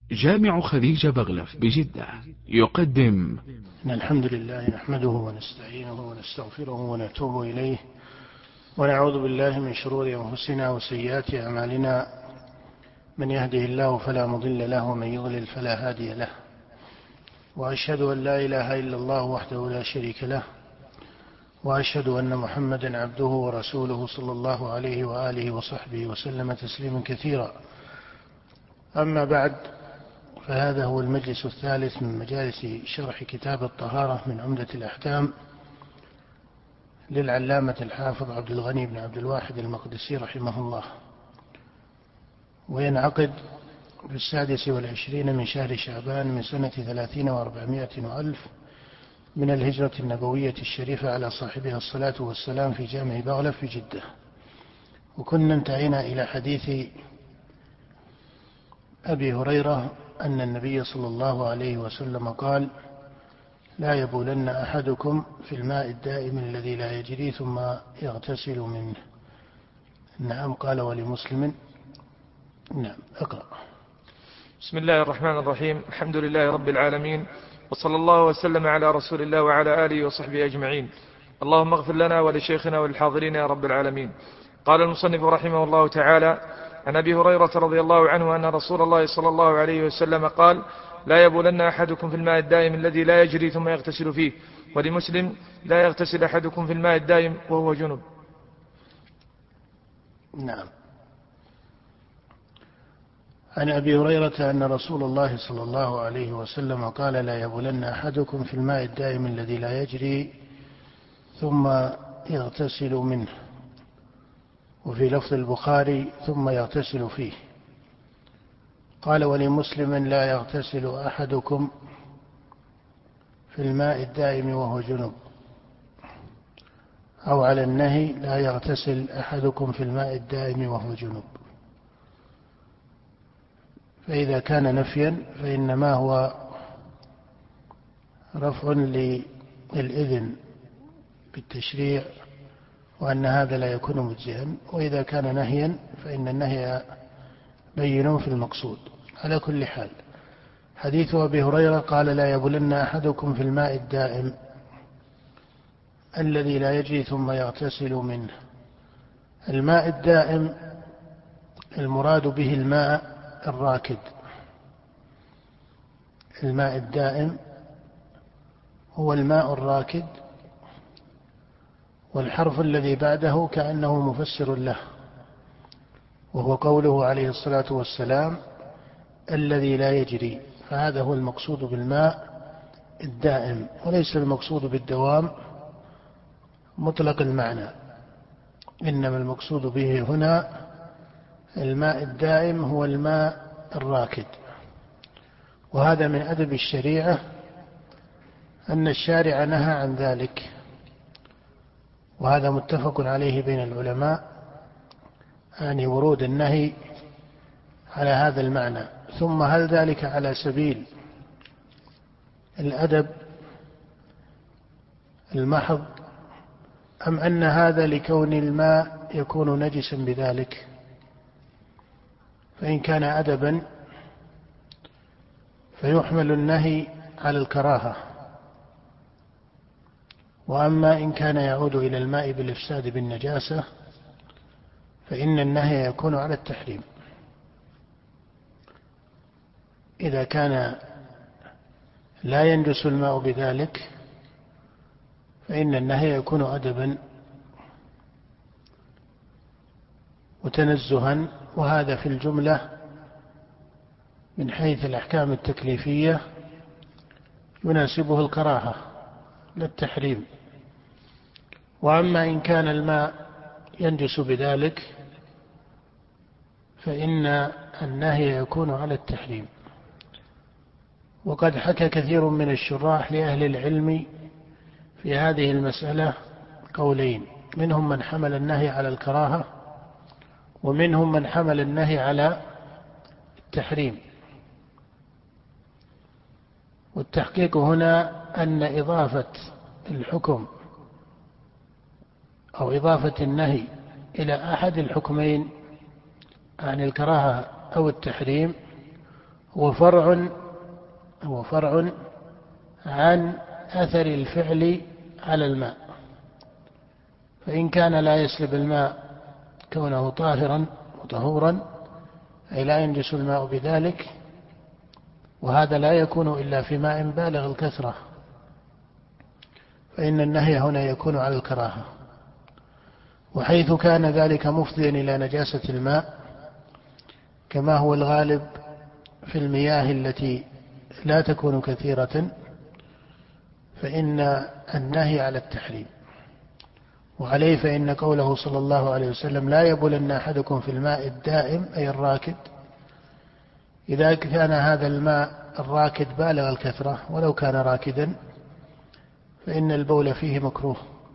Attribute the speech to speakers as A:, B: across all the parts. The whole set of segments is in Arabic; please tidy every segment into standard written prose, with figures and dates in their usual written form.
A: جامع خديجة بغلف بجدة يقدم.
B: إن الحمد لله نحمده ونستعينه ونستغفره ونتوب إليه ونعوذ بالله من شرور أنفسنا وسيئات أعمالنا، من يهده الله فلا مضل له ومن يضلل فلا هادي له، وأشهد أن لا إله إلا الله وحده لا شريك له، وأشهد أن محمدا عبده ورسوله صلى الله عليه وآله وصحبه وسلم تسليما كثيرا. أما بعد، فهذا هو المجلس الثالث من مجالس شرح كتاب الطهارة من عمدة الأحكام للعلامة الحافظ عبد الغني بن عبد الواحد المقدسي رحمه الله، وينعقد في 26 من شهر شعبان من سنة 30 و400 وألف من الهجرة النبوية الشريفة على صاحبها الصلاة والسلام في جامع بغلف في جدة. وكنا انتهينا إلى حديث أبي هريرة أن النبي صلى الله عليه وسلم قال: لا يبولن أحدكم في الماء الدائم الذي لا يجري ثم يغتسل منه. نعم. قال ولمسلم. نعم. اقرأ.
C: بسم الله الرحمن الرحيم. الحمد لله رب العالمين، وصلى الله وسلم على رسول الله وعلى آله وصحبه أجمعين. اللهم اغفر لنا ولشيخنا وللحاضرين يا رب العالمين. قال المصنف رحمه الله تعالى: عن أبي هريرة رضي الله عنه أن رسول الله صلى الله عليه وسلم قال: لا يبولن أحدكم في الماء الدائم الذي لا يجري ثم يغتسل فيه. ولمسلم: لا يغتسل أحدكم في الماء الدائم وهو جنب.
B: نعم. عن أبي هريرة أن رسول الله صلى الله عليه وسلم قال: لا يبولن أحدكم في الماء الدائم الذي لا يجري ثم يغتسل منه. وفي لفظ البخاري: ثم يغتسل فيه. قال ولمسلم: لا يغتسل أحدكم في الماء الدائم وهو جنب. أو على النهي: لا يغتسل أحدكم في الماء الدائم وهو جنب. فإذا كان نفيا فإنما هو رفع للإذن بالتشريع وأن هذا لا يكون مجزئا، وإذا كان نهيا فإن النهي بين في المقصود. على كل حال، حديث أبي هريرة قال: لا يبولن أحدكم في الماء الدائم الذي لا يجري ثم يغتسل منه. الماء الدائم المراد به الماء الراكد. الماء الدائم هو الماء الراكد، والحرف الذي بعده كأنه مفسر له، وهو قوله عليه الصلاة والسلام: الذي لا يجري. فهذا هو المقصود بالماء الدائم، وليس المقصود بالدوام مطلق المعنى، إنما المقصود به هنا الماء الدائم هو الماء الراكد. وهذا من أدب الشريعة أن الشارع نهى عن ذلك، وهذا متفق عليه بين العلماء، يعني ورود النهي على هذا المعنى. ثم هل ذلك على سبيل الأدب المحض، أم أن هذا لكون الماء يكون نجسا بذلك؟ فإن كان أدبا فيحمل النهي على الكراهة، وأما إن كان يعود إلى الماء بالإفساد بالنجاسة فإن النهي يكون على التحريم. إذا كان لا ينجس الماء بذلك فإن النهي يكون أدبا وتنزها، وهذا في الجملة من حيث الأحكام التكليفية يناسبه الكراهة للتحريم. وأما إن كان الماء ينجس بذلك فإن النهي يكون على التحريم. وقد حكى كثير من الشراح لأهل العلم في هذه المسألة قولين: منهم من حمل النهي على الكراهة، ومنهم من حمل النهي على التحريم. والتحقيق هنا أن إضافة الحكم أو إضافة النهي إلى أحد الحكمين عن الكراهة أو التحريم هو فرع عن أثر الفعل على الماء، فإن كان لا يسلب الماء كونه طاهرا وطهورا أي لا ينجس الماء بذلك، وهذا لا يكون إلا في ماء بالغ الكثرة، فإن النهي هنا يكون على الكراهة. وحيث كان ذلك مفضيا إلى نجاسة الماء كما هو الغالب في المياه التي لا تكون كثيرة، فإن النهي على التحريم. وعليه فإن قوله صلى الله عليه وسلم لا يبولن أحدكم في الماء الدائم أي الراكد، إذا كان هذا الماء الراكد بالغ الكثرة ولو كان راكدا فإن البول فيه مكروه،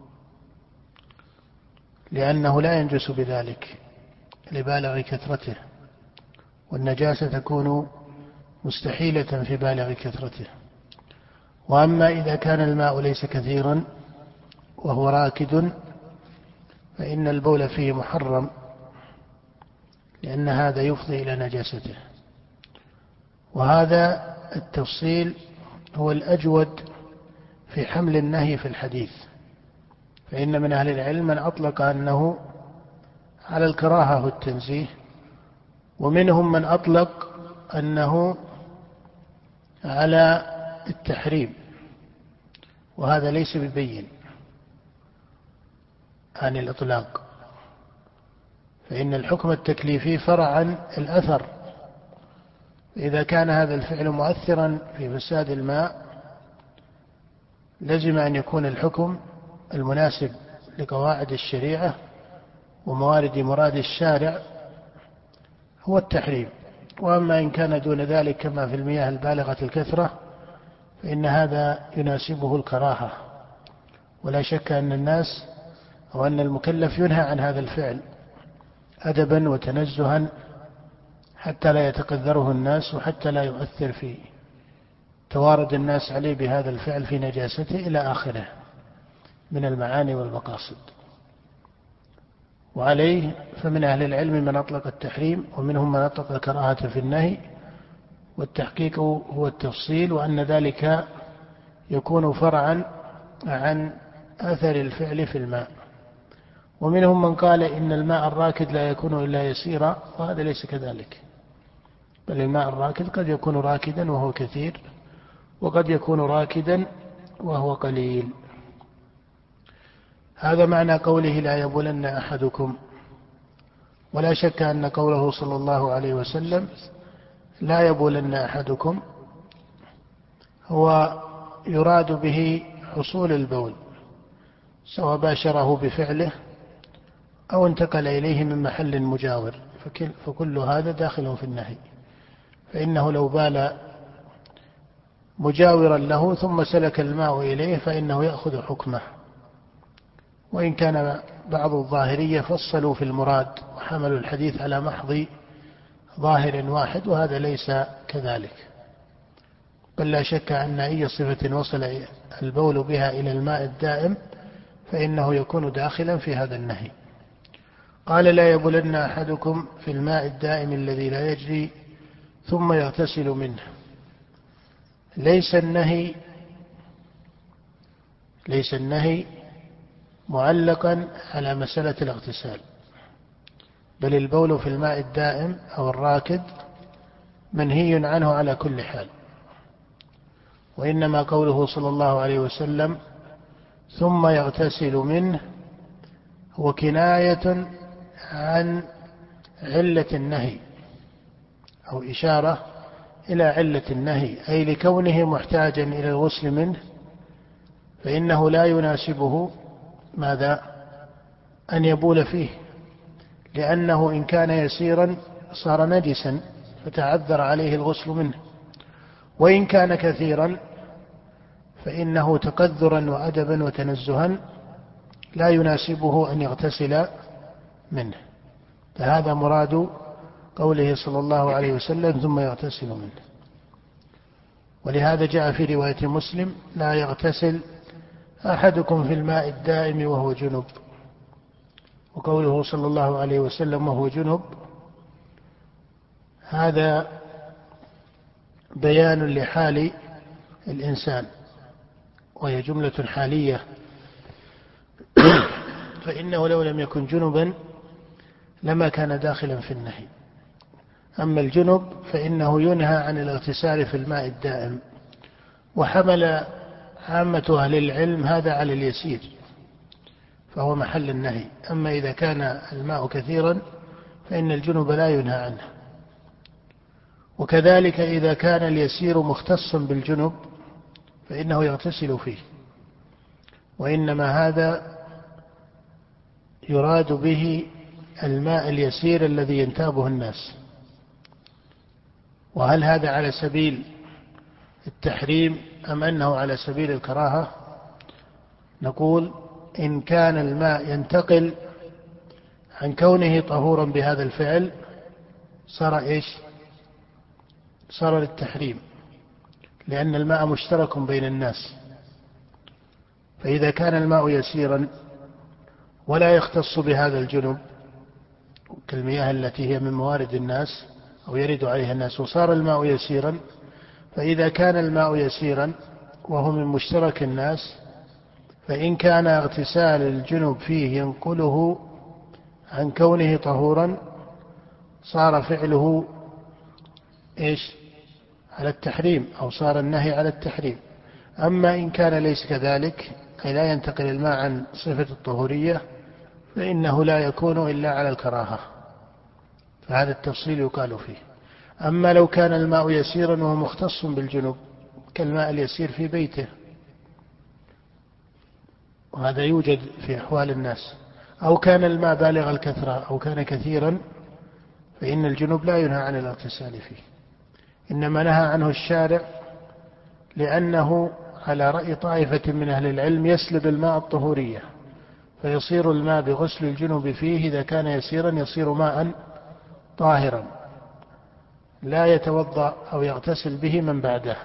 B: لأنه لا ينجس بذلك لبالغ كثرته، والنجاسة تكون مستحيلة في بالغ كثرته. وأما إذا كان الماء ليس كثيرا وهو راكد فإن البول فيه محرم، لأن هذا يفضي إلى نجاسته. وهذا التفصيل هو الأجود في حمل النهي في الحديث، فإن من أهل العلم من أطلق أنه على الكراهة والتنزيه، ومنهم من أطلق أنه على التحريم، وهذا ليس ببين عن الإطلاق، فإن الحكم التكليفي فرع عن الأثر، إذا كان هذا الفعل مؤثرا في فساد الماء لزم أن يكون الحكم المناسب لقواعد الشريعة وموارد مراد الشارع هو التحريم. وأما إن كان دون ذلك كما في المياه البالغة الكثرة فإن هذا يناسبه الكراهة، ولا شك أن الناس أو أن المكلف ينهى عن هذا الفعل أدبا وتنزها حتى لا يتقذره الناس، وحتى لا يؤثر في توارد الناس عليه بهذا الفعل في نجاسته إلى آخره من المعاني والمقاصد. وعليه فمن أهل العلم من أطلق التحريم، ومنهم من أطلق الكراهة في النهي، والتحقيق هو التفصيل، وأن ذلك يكون فرعا عن أثر الفعل في الماء. ومنهم من قال إن الماء الراكد لا يكون إلا يسيرا، وهذا ليس كذلك، بل الماء الراكد قد يكون راكدا وهو كثير، وقد يكون راكدا وهو قليل. هذا معنى قوله لا يبولن أحدكم. ولا شك أن قوله صلى الله عليه وسلم لا يبولن أحدكم هو يراد به حصول البول، سواء باشره بفعله أو انتقل إليه من محل مجاور، فكل هذا داخل في النهي. فإنه لو بال مجاورا له ثم سلك الماء إليه فإنه يأخذ حكمه. وإن كان بعض الظاهرية فصلوا في المراد وحملوا الحديث على محض ظاهر واحد، وهذا ليس كذلك، بل لا شك أن أي صفة وصل البول بها إلى الماء الدائم فإنه يكون داخلا في هذا النهي. قال لا يبولن أحدكم في الماء الدائم الذي لا يجري ثم يغتسل منه. ليس النهي معلقا على مسألة الاغتسال، بل البول في الماء الدائم أو الراكد منهي عنه على كل حال. وإنما قوله صلى الله عليه وسلم ثم يغتسل منه هو كناية عن علة النهي أو إشارة إلى علة النهي، أي لكونه محتاجا إلى الغسل منه فإنه لا يناسبه ماذا؟ أن يبول فيه، لأنه إن كان يسيرا صار نجسا فتعذر عليه الغسل منه، وإن كان كثيرا فإنه تقذرا وأدبا وتنزها لا يناسبه أن يغتسل منه. فهذا مراد قوله صلى الله عليه وسلم ثم يغتسل منه. ولهذا جاء في رواية مسلم لا يغتسل أحدكم في الماء الدائم وهو جنب. وقوله صلى الله عليه وسلم وهو جنب هذا بيان لحال الإنسان، وهي جملة حالية، فإنه لو لم يكن جنبا لما كان داخلا في النهي. أما الجنب فإنه ينهى عن الاغتسال في الماء الدائم، وحمل عامة أهل العلم هذا على اليسير فهو محل النهي. أما إذا كان الماء كثيرا فإن الجنب لا ينهى عنه. وكذلك إذا كان اليسير مختصا بالجنب فإنه يغتسل فيه، وإنما هذا يراد به الماء اليسير الذي ينتابه الناس. وهل هذا على سبيل التحريم أم أنه على سبيل الكراهة؟ نقول إن كان الماء ينتقل عن كونه طهورا بهذا الفعل صار إيش؟ صار للتحريم، لأن الماء مشترك بين الناس. فإذا كان الماء يسيرا ولا يختص بهذا الجنب كالمياه التي هي من موارد الناس أو يرد عليها الناس، وصار الماء يسيرا، فإذا كان الماء يسيرا وهو من مشترك الناس، فإن كان اغتسال الجنب فيه ينقله عن كونه طهورا صار فعله إيش؟ على التحريم، أو صار النهي على التحريم. أما إن كان ليس كذلك، أي لا ينتقل الماء عن صفة الطهورية، فإنه لا يكون إلا على الكراهة، فهذا التفصيل يقال فيه. أما لو كان الماء يسيرا وهو مختص بالجنب كالماء اليسير في بيته، وهذا يوجد في أحوال الناس، أو كان الماء بالغ الكثرة أو كان كثيرا، فإن الجنب لا ينهى عن الاغتسال فيه، إنما نهى عنه الشارع لأنه على رأي طائفة من أهل العلم يسلب الماء الطهورية، فيصير الماء بغسل الجنب فيه إذا كان يسيرا يصير ماء طاهرا لا يتوضأ أو يغتسل به من بعده.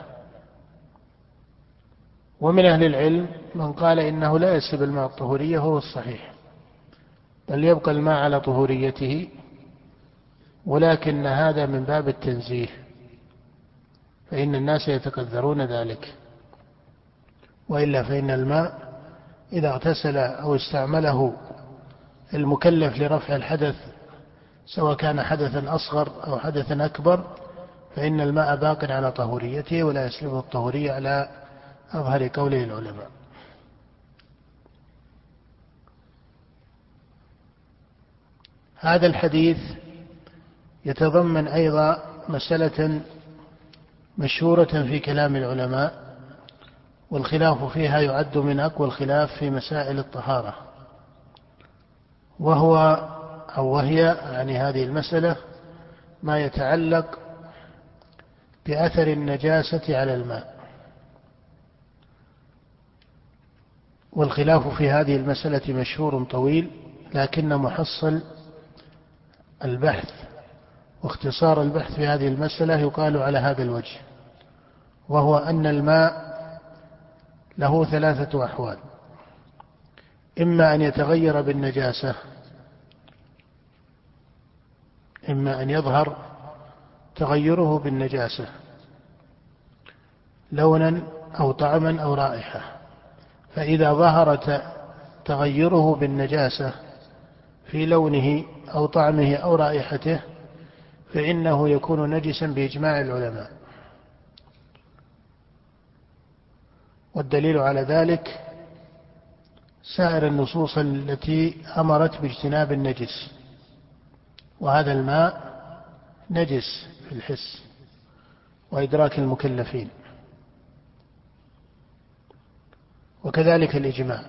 B: ومن أهل العلم من قال إنه لا يسلب الماء الطهورية، هو الصحيح، بل يبقى الماء على طهوريته، ولكن هذا من باب التنزيه، فإن الناس يتقدرون ذلك. وإلا فإن الماء إذا اغتسل أو استعمله المكلف لرفع الحدث سواء كان حدثا أصغر أو حدثا أكبر، فإن الماء باق على طهوريته ولا يسلبه الطهورية على أظهر قوله العلماء. هذا الحديث يتضمن أيضا مسألة مشهورة في كلام العلماء، والخلاف فيها يعد من أقوى الخلاف في مسائل الطهارة، وهي يعني هذه المسألة ما يتعلق بأثر النجاسة على الماء. والخلاف في هذه المسألة مشهور طويل، لكن محصل البحث واختصار البحث في هذه المسألة يقال على هذا الوجه، وهو أن الماء له ثلاثة أحوال: إما أن يتغير بالنجاسة، إما أن يظهر تغيره بالنجاسة لونا أو طعما أو رائحة، فإذا ظهر تغيره بالنجاسة في لونه أو طعمه أو رائحته فإنه يكون نجسا بإجماع العلماء. والدليل على ذلك سائر النصوص التي أمرت باجتناب النجس، وهذا الماء نجس في الحس وإدراك المكلفين، وكذلك الإجماع.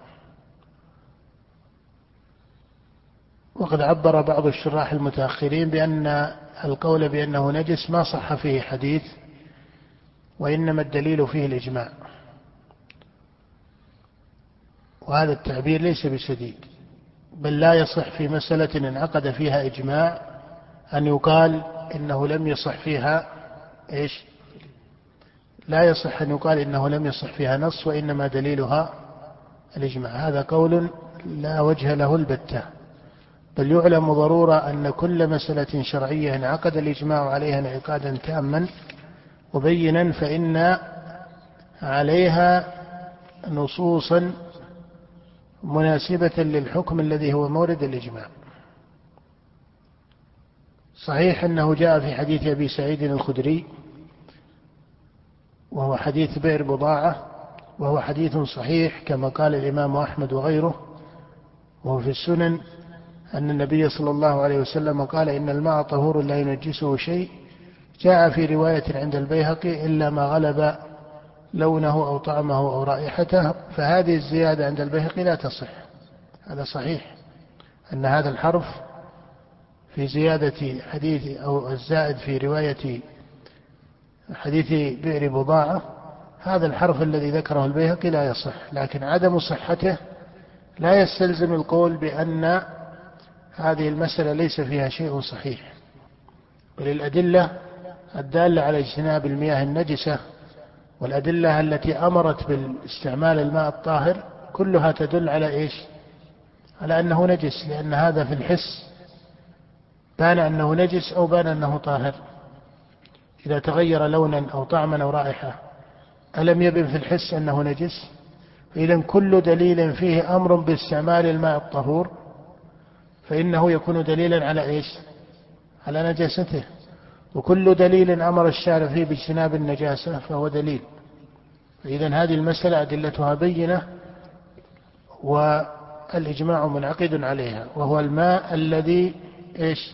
B: وقد عبر بعض الشراح المتأخرين بأن القول بأنه نجس ما صح فيه حديث، وإنما الدليل فيه الإجماع، وهذا التعبير ليس بشديد، بل لا يصح في مسألة انعقد فيها إجماع أن يقال إنه لم يصح فيها إيش؟ لا يصح أن يقال إنه لم يصح فيها نص وإنما دليلها الإجماع. هذا قول لا وجه له البتة، بل يعلم ضرورة أن كل مسألة شرعية انعقد الإجماع عليها انعقادا تاما وبينا فإن عليها نصوصا مناسبة للحكم الذي هو مورد الإجماع. صحيح أنه جاء في حديث أبي سعيد الخدري وهو حديث بئر بضاعة، وهو حديث صحيح كما قال الإمام أحمد وغيره، وهو في السنن أن النبي صلى الله عليه وسلم قال إن الماء طهور لا ينجسه شيء. جاء في رواية عند البيهقي إلا ما غلب لونه أو طعمه أو رائحته، فهذه الزيادة عند البيهقي لا تصح. هذا صحيح أن هذا الحرف في زيادة حديث أو الزائد في رواية حديث بئر بضاعة، هذا الحرف الذي ذكره البيهقي لا يصح، لكن عدم صحته لا يستلزم القول بأن هذه المسألة ليس فيها شيء صحيح. وللأدلة الدالة على اجتناب المياه النجسة والأدلة التي أمرت بالاستعمال الماء الطاهر كلها تدل على إيش؟ على أنه نجس، لأن هذا في الحس بان أنه نجس أو بان أنه طاهر. إذا تغير لونا أو طعما أو رائحة ألم يبن في الحس أنه نجس؟ إذن كل دليل فيه أمر باستعمال الماء الطهور فإنه يكون دليلا على إيش؟ على نجاسته. وكل دليل أمر الشارع فيه باجتناب النجاسة فهو دليل. فإذن هذه المسألة أدلتها بينة والإجماع منعقد عليها، وهو الماء الذي إيش؟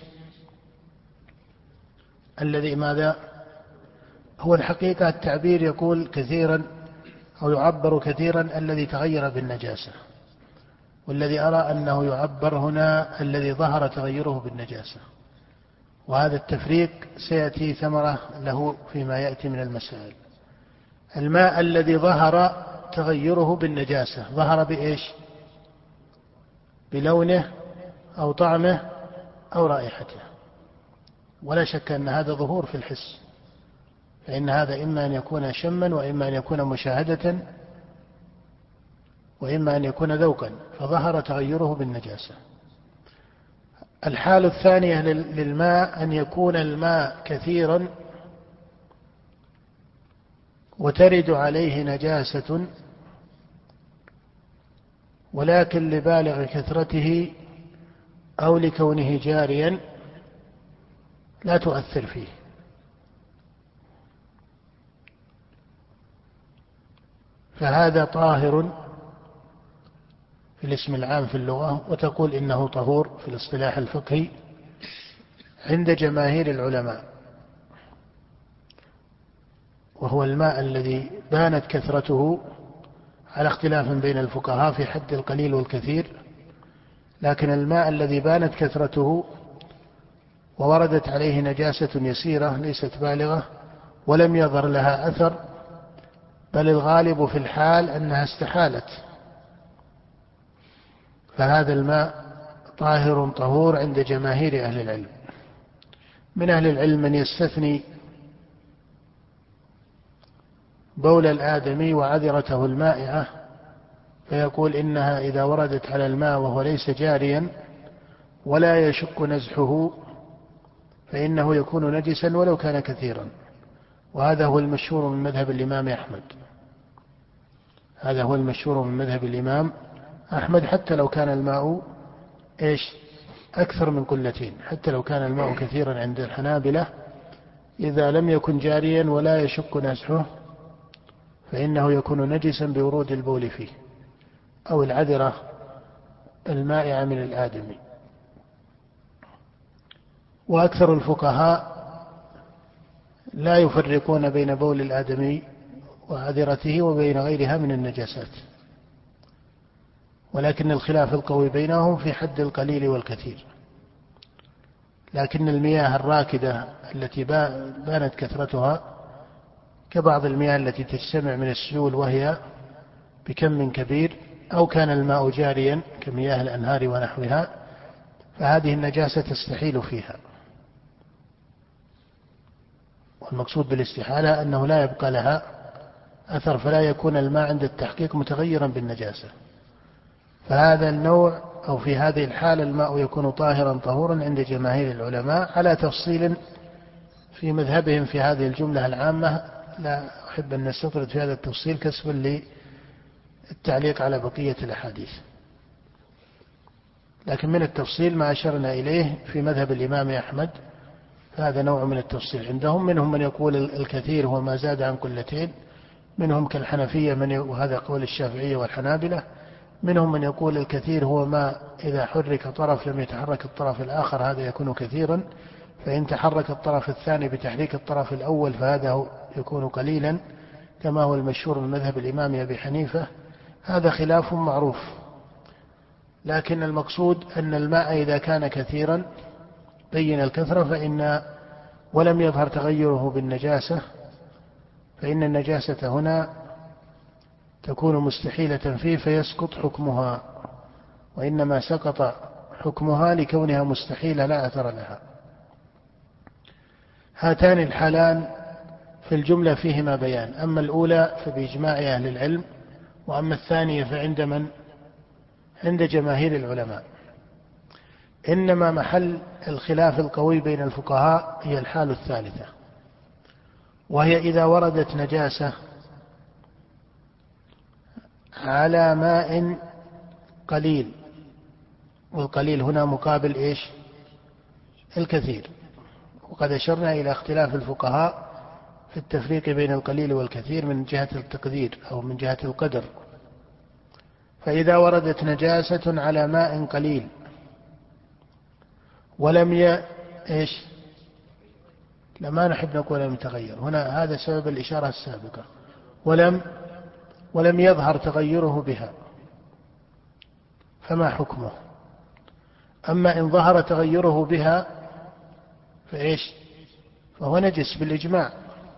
B: الذي ماذا؟ هو الحقيقة التعبير يقول كثيرا أو يعبر كثيرا الذي تغير بالنجاسة، والذي أرى أنه يعبر هنا الذي ظهر تغيره بالنجاسة، وهذا التفريق سيأتي ثمرة له فيما يأتي من المسائل. الماء الذي ظهر تغيره بالنجاسة ظهر بإيش؟ بلونه أو طعمه أو رائحته، ولا شك أن هذا ظهور في الحس، فإن هذا إما أن يكون شما وإما أن يكون مشاهدة وإما أن يكون ذوقا، فظهر تغيره بالنجاسة. الحالة الثانية للماء أن يكون الماء كثيرا وترد عليه نجاسة، ولكن لبالغ كثرته أو لكونه جاريا لا تؤثر فيه، فهذا طاهر في الاسم العام في اللغة، وتقول إنه طهور في الاصطلاح الفقهي عند جماهير العلماء، وهو الماء الذي بانت كثرته على اختلاف بين الفقهاء في حد القليل والكثير، لكن الماء الذي بانت كثرته ووردت عليه نجاسة يسيرة ليست بالغة ولم يظهر لها أثر، بل الغالب في الحال أنها استحالت، فهذا الماء طاهر طهور عند جماهير أهل العلم. من أهل العلم من يستثني بول الآدمي وعذرته المائعة، فيقول إنها إذا وردت على الماء وهو ليس جاريا ولا يشق نزحه فإنه يكون نجسا ولو كان كثيرا، وهذا هو المشهور من مذهب الإمام أحمد. هذا هو المشهور من مذهب الإمام أحمد، حتى لو كان الماء إيش؟ أكثر من قلتين، حتى لو كان الماء كثيرا عند الحنابلة إذا لم يكن جاريا ولا يشق نزحه فإنه يكون نجسا بورود البول فيه أو العذرة المائعة من الآدمي. وأكثر الفقهاء لا يفرقون بين بول الآدمي وعذرته وبين غيرها من النجاسات، ولكن الخلاف القوي بينهم في حد القليل والكثير. لكن المياه الراكدة التي بانت كثرتها كبعض المياه التي تجتمع من السيول وهي بكم كبير، أو كان الماء جاريا كمياه الأنهار ونحوها، فهذه النجاسة تستحيل فيها. والمقصود بالاستحالة أنه لا يبقى لها أثر، فلا يكون الماء عند التحقيق متغيرا بالنجاسة. فهذا النوع أو في هذه الحالة الماء يكون طاهرا طهورا عند جماهير العلماء على تفصيل في مذهبهم في هذه الجملة العامة. لا أحب أن نستطرد في هذا التفصيل كسبا للتعليق على بقية الأحاديث، لكن من التفصيل ما أشرنا إليه في مذهب الإمام أحمد، هذا نوع من التفصيل عندهم. منهم من يقول الكثير هو ما زاد عن قلتين، منهم كالحنفية وهذا قول الشافعية والحنابلة. منهم من يقول الكثير هو ما إذا حرك طرف لم يتحرك الطرف الآخر، هذا يكون كثيرا، فإن تحرك الطرف الثاني بتحريك الطرف الأول فهذا يكون قليلا، كما هو المشهور من مذهب الإمام أبي حنيفة. هذا خلاف معروف، لكن المقصود أن الماء إذا كان كثيرا بين الكثرة ولم يظهر تغيره بالنجاسة، فإن النجاسة هنا تكون مستحيلة فيه فيسقط حكمها، وإنما سقط حكمها لكونها مستحيلة لا أثر لها. هاتان الحالان في الجملة فيهما بيان، أما الأولى فبإجماع أهل العلم، وأما الثانية فعند من؟ عند جماهير العلماء. إنما محل الخلاف القوي بين الفقهاء هي الحال الثالثة، وهي إذا وردت نجاسة على ماء قليل، والقليل هنا مقابل إيش؟ الكثير. وقد أشرنا إلى اختلاف الفقهاء في التفريق بين القليل والكثير من جهة التقدير أو من جهة القدر. فإذا وردت نجاسة على ماء قليل ولم إيش؟ لما نحب نقول لم يتغير، هنا هذا سبب الإشارة السابقة، ولم يظهر تغيره بها، فما حكمه؟ أما إن ظهر تغيره بها فإيش؟ فهو نجس بالإجماع.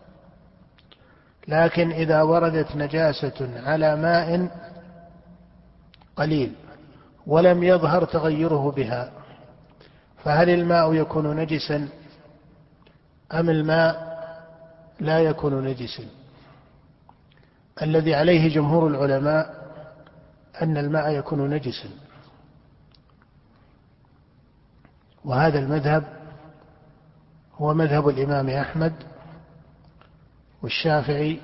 B: لكن إذا وردت نجاسة على ماء قليل ولم يظهر تغيره بها، فهل الماء يكون نجسا أم الماء لا يكون نجسا؟ الذي عليه جمهور العلماء أن الماء يكون نجسا، وهذا المذهب هو مذهب الإمام أحمد والشافعي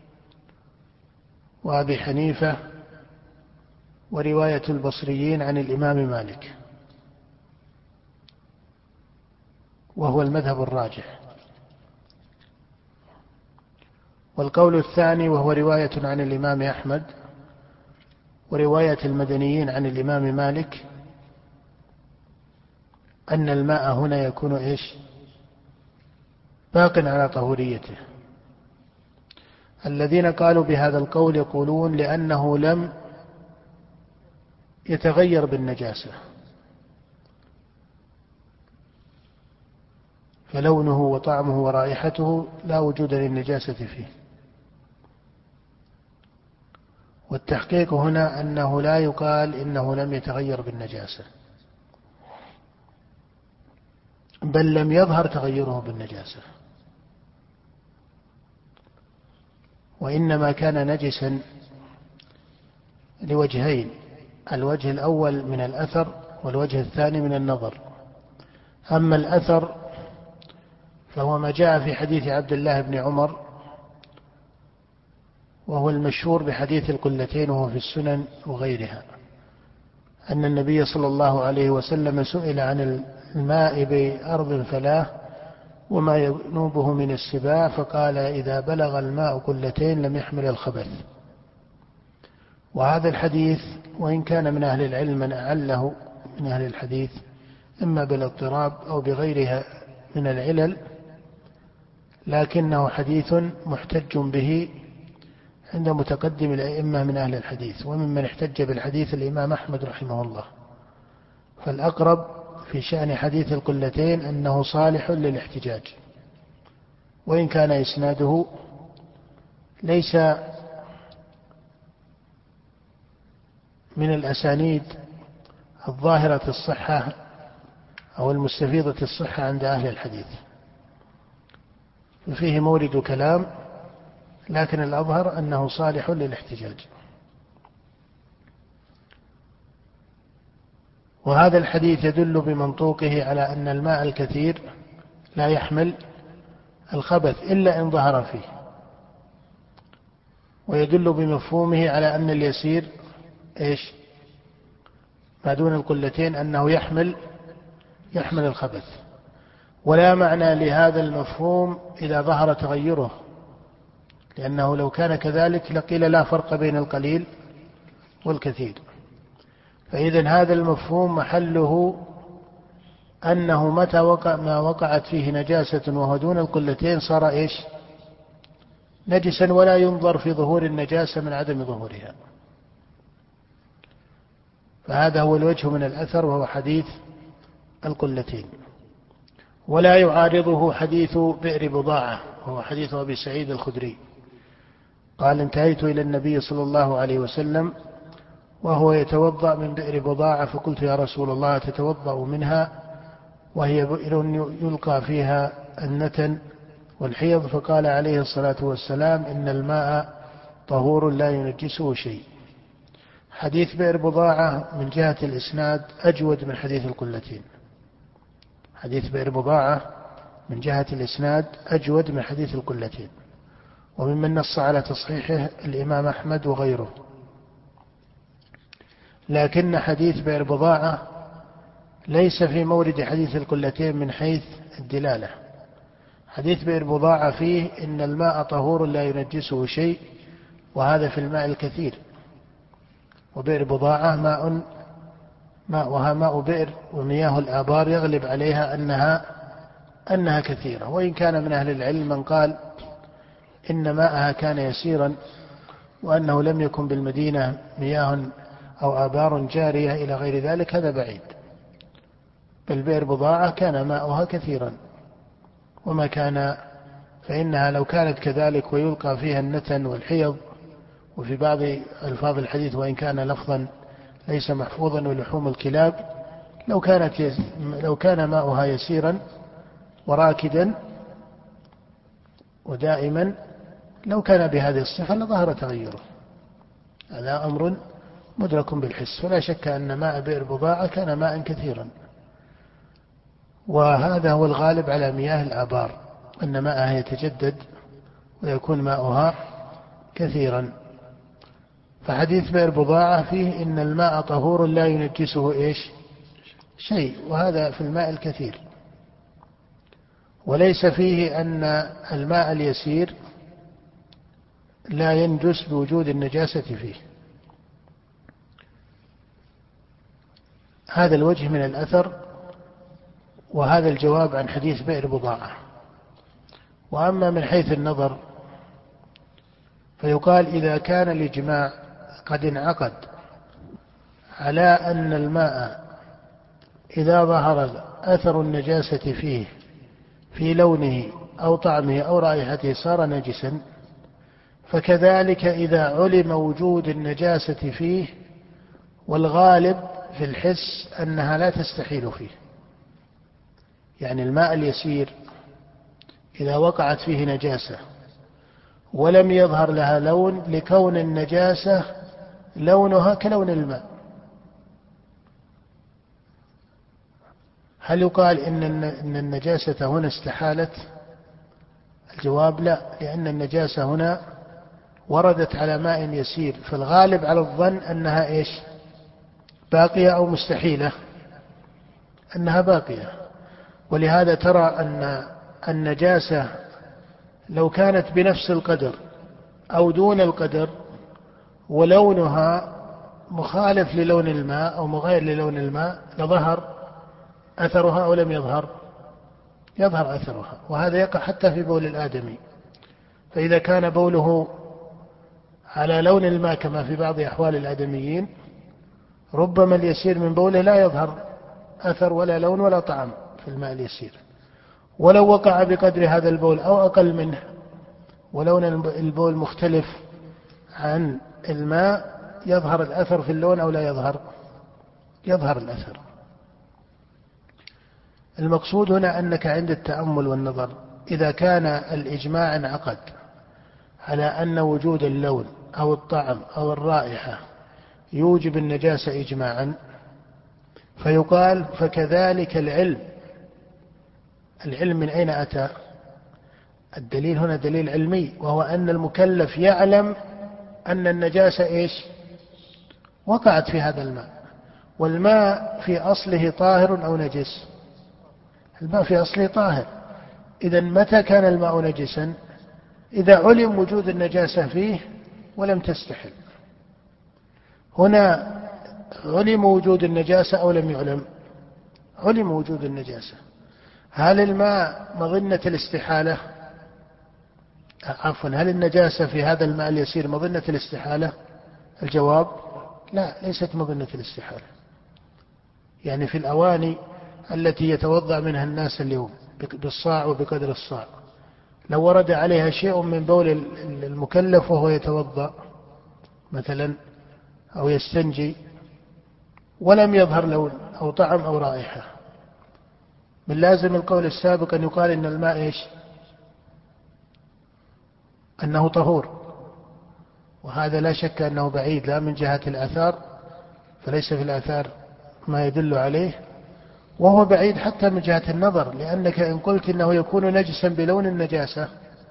B: وأبي حنيفة ورواية البصريين عن الإمام مالك، وهو المذهب الراجح. والقول الثاني وهو رواية عن الإمام أحمد ورواية المدنيين عن الإمام مالك أن الماء هنا يكون إيش؟ باق على طهوريته. الذين قالوا بهذا القول يقولون لأنه لم يتغير بالنجاسة، فلونه وطعمه ورائحته لا وجود للنجاسة فيه. والتحقيق هنا أنه لا يقال إنه لم يتغير بالنجاسة، بل لم يظهر تغيره بالنجاسة، وإنما كان نجسا لوجهين: الوجه الأول من الأثر، والوجه الثاني من النظر. أما الأثر فهو ما جاء في حديث عبد الله بن عمر، وهو المشهور بحديث القلتين، وهو في السنن وغيرها، أن النبي صلى الله عليه وسلم سئل عن الماء بأرض فلاة وما ينوبه من السباع، فقال: إذا بلغ الماء قلتين لم يحمل الخبث. وهذا الحديث وإن كان من أهل العلم من أعله من أهل الحديث إما بالاضطراب أو بغيرها من العلل، لكنه حديث محتج به عند متقدم الأئمة من أهل الحديث، وممن احتج بالحديث الإمام أحمد رحمه الله. فالأقرب في شأن حديث القلتين أنه صالح للاحتجاج، وإن كان إسناده ليس من الأسانيد الظاهرة الصحة أو المستفيضة الصحة عند أهل الحديث، فيه مورد كلام، لكن الأظهر أنه صالح للاحتجاج. وهذا الحديث يدل بمنطوقه على أن الماء الكثير لا يحمل الخبث إلا إن ظهر فيه، ويدل بمفهومه على أن اليسير إيش؟ ما دون القلتين أنه يحمل الخبث. ولا معنى لهذا المفهوم إذا ظهر تغيره، لأنه لو كان كذلك لقيل لا فرق بين القليل والكثير. فإذا هذا المفهوم محله أنه متى ما وقعت فيه نجاسة وهو دون القلتين صار إيش؟ نجسا، ولا ينظر في ظهور النجاسة من عدم ظهورها. فهذا هو الوجه من الأثر، وهو حديث القلتين. ولا يعارضه حديث بئر بضاعة، وهو حديث أبي سعيد الخدري قال: انتهيت إلى النبي صلى الله عليه وسلم وهو يتوضأ من بئر بضاعة، فقلت: يا رسول الله، تتوضأ منها وهي بئر يلقى فيها النتن والحيض؟ فقال عليه الصلاة والسلام: إن الماء طهور لا ينجسه شيء. حديث بئر بضاعة من جهة الإسناد أجود من حديث القلتين. حديث بئر بضاعة من جهة الإسناد أجود من حديث القلتين، وممن نص على تصحيحه الإمام أحمد وغيره. لكن حديث بئر بضاعة ليس في مورد حديث القلتين من حيث الدلالة. حديث بئر بضاعة فيه: إن الماء طهور لا ينجسه شيء، وهذا في الماء الكثير. وبئر بضاعة ماؤها ماء بئر، ومياه الآبار يغلب عليها أنها كثيرة. وإن كان من أهل العلم من قال إن ماءها كان يسيرا، وأنه لم يكن بالمدينة مياه أو آبار جارية إلى غير ذلك، هذا بعيد. بل بئر بضاعة كان ماؤها كثيرا، وما كان فإنها لو كانت كذلك ويلقى فيها النتن والحيض، وفي بعض ألفاظ الحديث وإن كان لفظا ليس محفوظا: ولحوم الكلاب، لو كان ماؤها يسيرا وراكدا ودائما، لو كان بهذه الصفة لظهر تغيره. هذا أمر مدرك بالحس. ولا شك أن ماء بئر بضاعة كان ماء كثيرا، وهذا هو الغالب على مياه الآبار، أن ماءها يتجدد ويكون ماؤها كثيرا. فحديث بئر بضاعة فيه: إن الماء طهور لا ينجسه إيش؟ شيء، وهذا في الماء الكثير. وليس فيه أن الماء اليسير لا ينجس بوجود النجاسة فيه. هذا الوجه من الأثر، وهذا الجواب عن حديث بئر بضاعة. وأما من حيث النظر فيقال: إذا كان الإجماع قد انعقد على أن الماء إذا ظهر أثر النجاسة فيه في لونه أو طعمه أو رائحته صار نجسا، فكذلك إذا علم وجود النجاسة فيه والغالب في الحس أنها لا تستحيل فيه. يعني الماء اليسير إذا وقعت فيه نجاسة ولم يظهر لها لون لكون النجاسة لونها كلون الماء، هل يقال إن النجاسة هنا استحالت؟ الجواب لا، لأن النجاسة هنا وردت على ماء يسير، فالغالب على الظن أنها إيش؟ باقية أو مستحيلة، أنها باقية. ولهذا ترى أن النجاسة لو كانت بنفس القدر أو دون القدر ولونها مخالف للون الماء أو مغاير للون الماء لظهر أثرها أو لم يظهر أثرها. وهذا يقع حتى في بول الآدمي. فإذا كان بوله على لون الماء كما في بعض أحوال الآدميين، ربما اليسير من بوله لا يظهر أثر ولا لون ولا طعم في الماء اليسير. ولو وقع بقدر هذا البول أو أقل منه ولون البول مختلف عن الماء، يظهر الأثر في اللون أو لا يظهر الأثر. المقصود هنا أنك عند التأمل والنظر إذا كان الإجماع انعقد على أن وجود اللون أو الطعم أو الرائحة يوجب النجاسة إجماعا، فيقال: فكذلك العلم من أين أتى؟ الدليل هنا دليل علمي، وهو أن المكلف يعلم أن النجاسة إيش؟ وقعت في هذا الماء. والماء في أصله طاهر أو نجس؟ الماء في أصله طاهر. إذا متى كان الماء نجسا؟ إذا علم وجود النجاسة فيه ولم تستحل. هنا علم وجود النجاسة أو لم يعلم؟ علم وجود النجاسة. هل الماء مظنة الاستحالة؟ عفوا، هل النجاسة في هذا الماء اليسير مظنة الاستحالة؟ الجواب لا، ليست مظنة الاستحالة. يعني في الأواني التي يتوضأ منها الناس اليوم بالصاع وبقدر الصاع، لو ورد عليها شيء من بول المكلف وهو يتوضأ مثلا أو يستنجي ولم يظهر لون أو طعم أو رائحة، من لازم القول السابق أن يقال إن الماء إيش؟ أنه طهور. وهذا لا شك أنه بعيد، لا من جهة الآثار فليس في الآثار ما يدل عليه، وهو بعيد حتى من جهة النظر، لأنك إن قلت إنه يكون نجسا بلون النجاسة،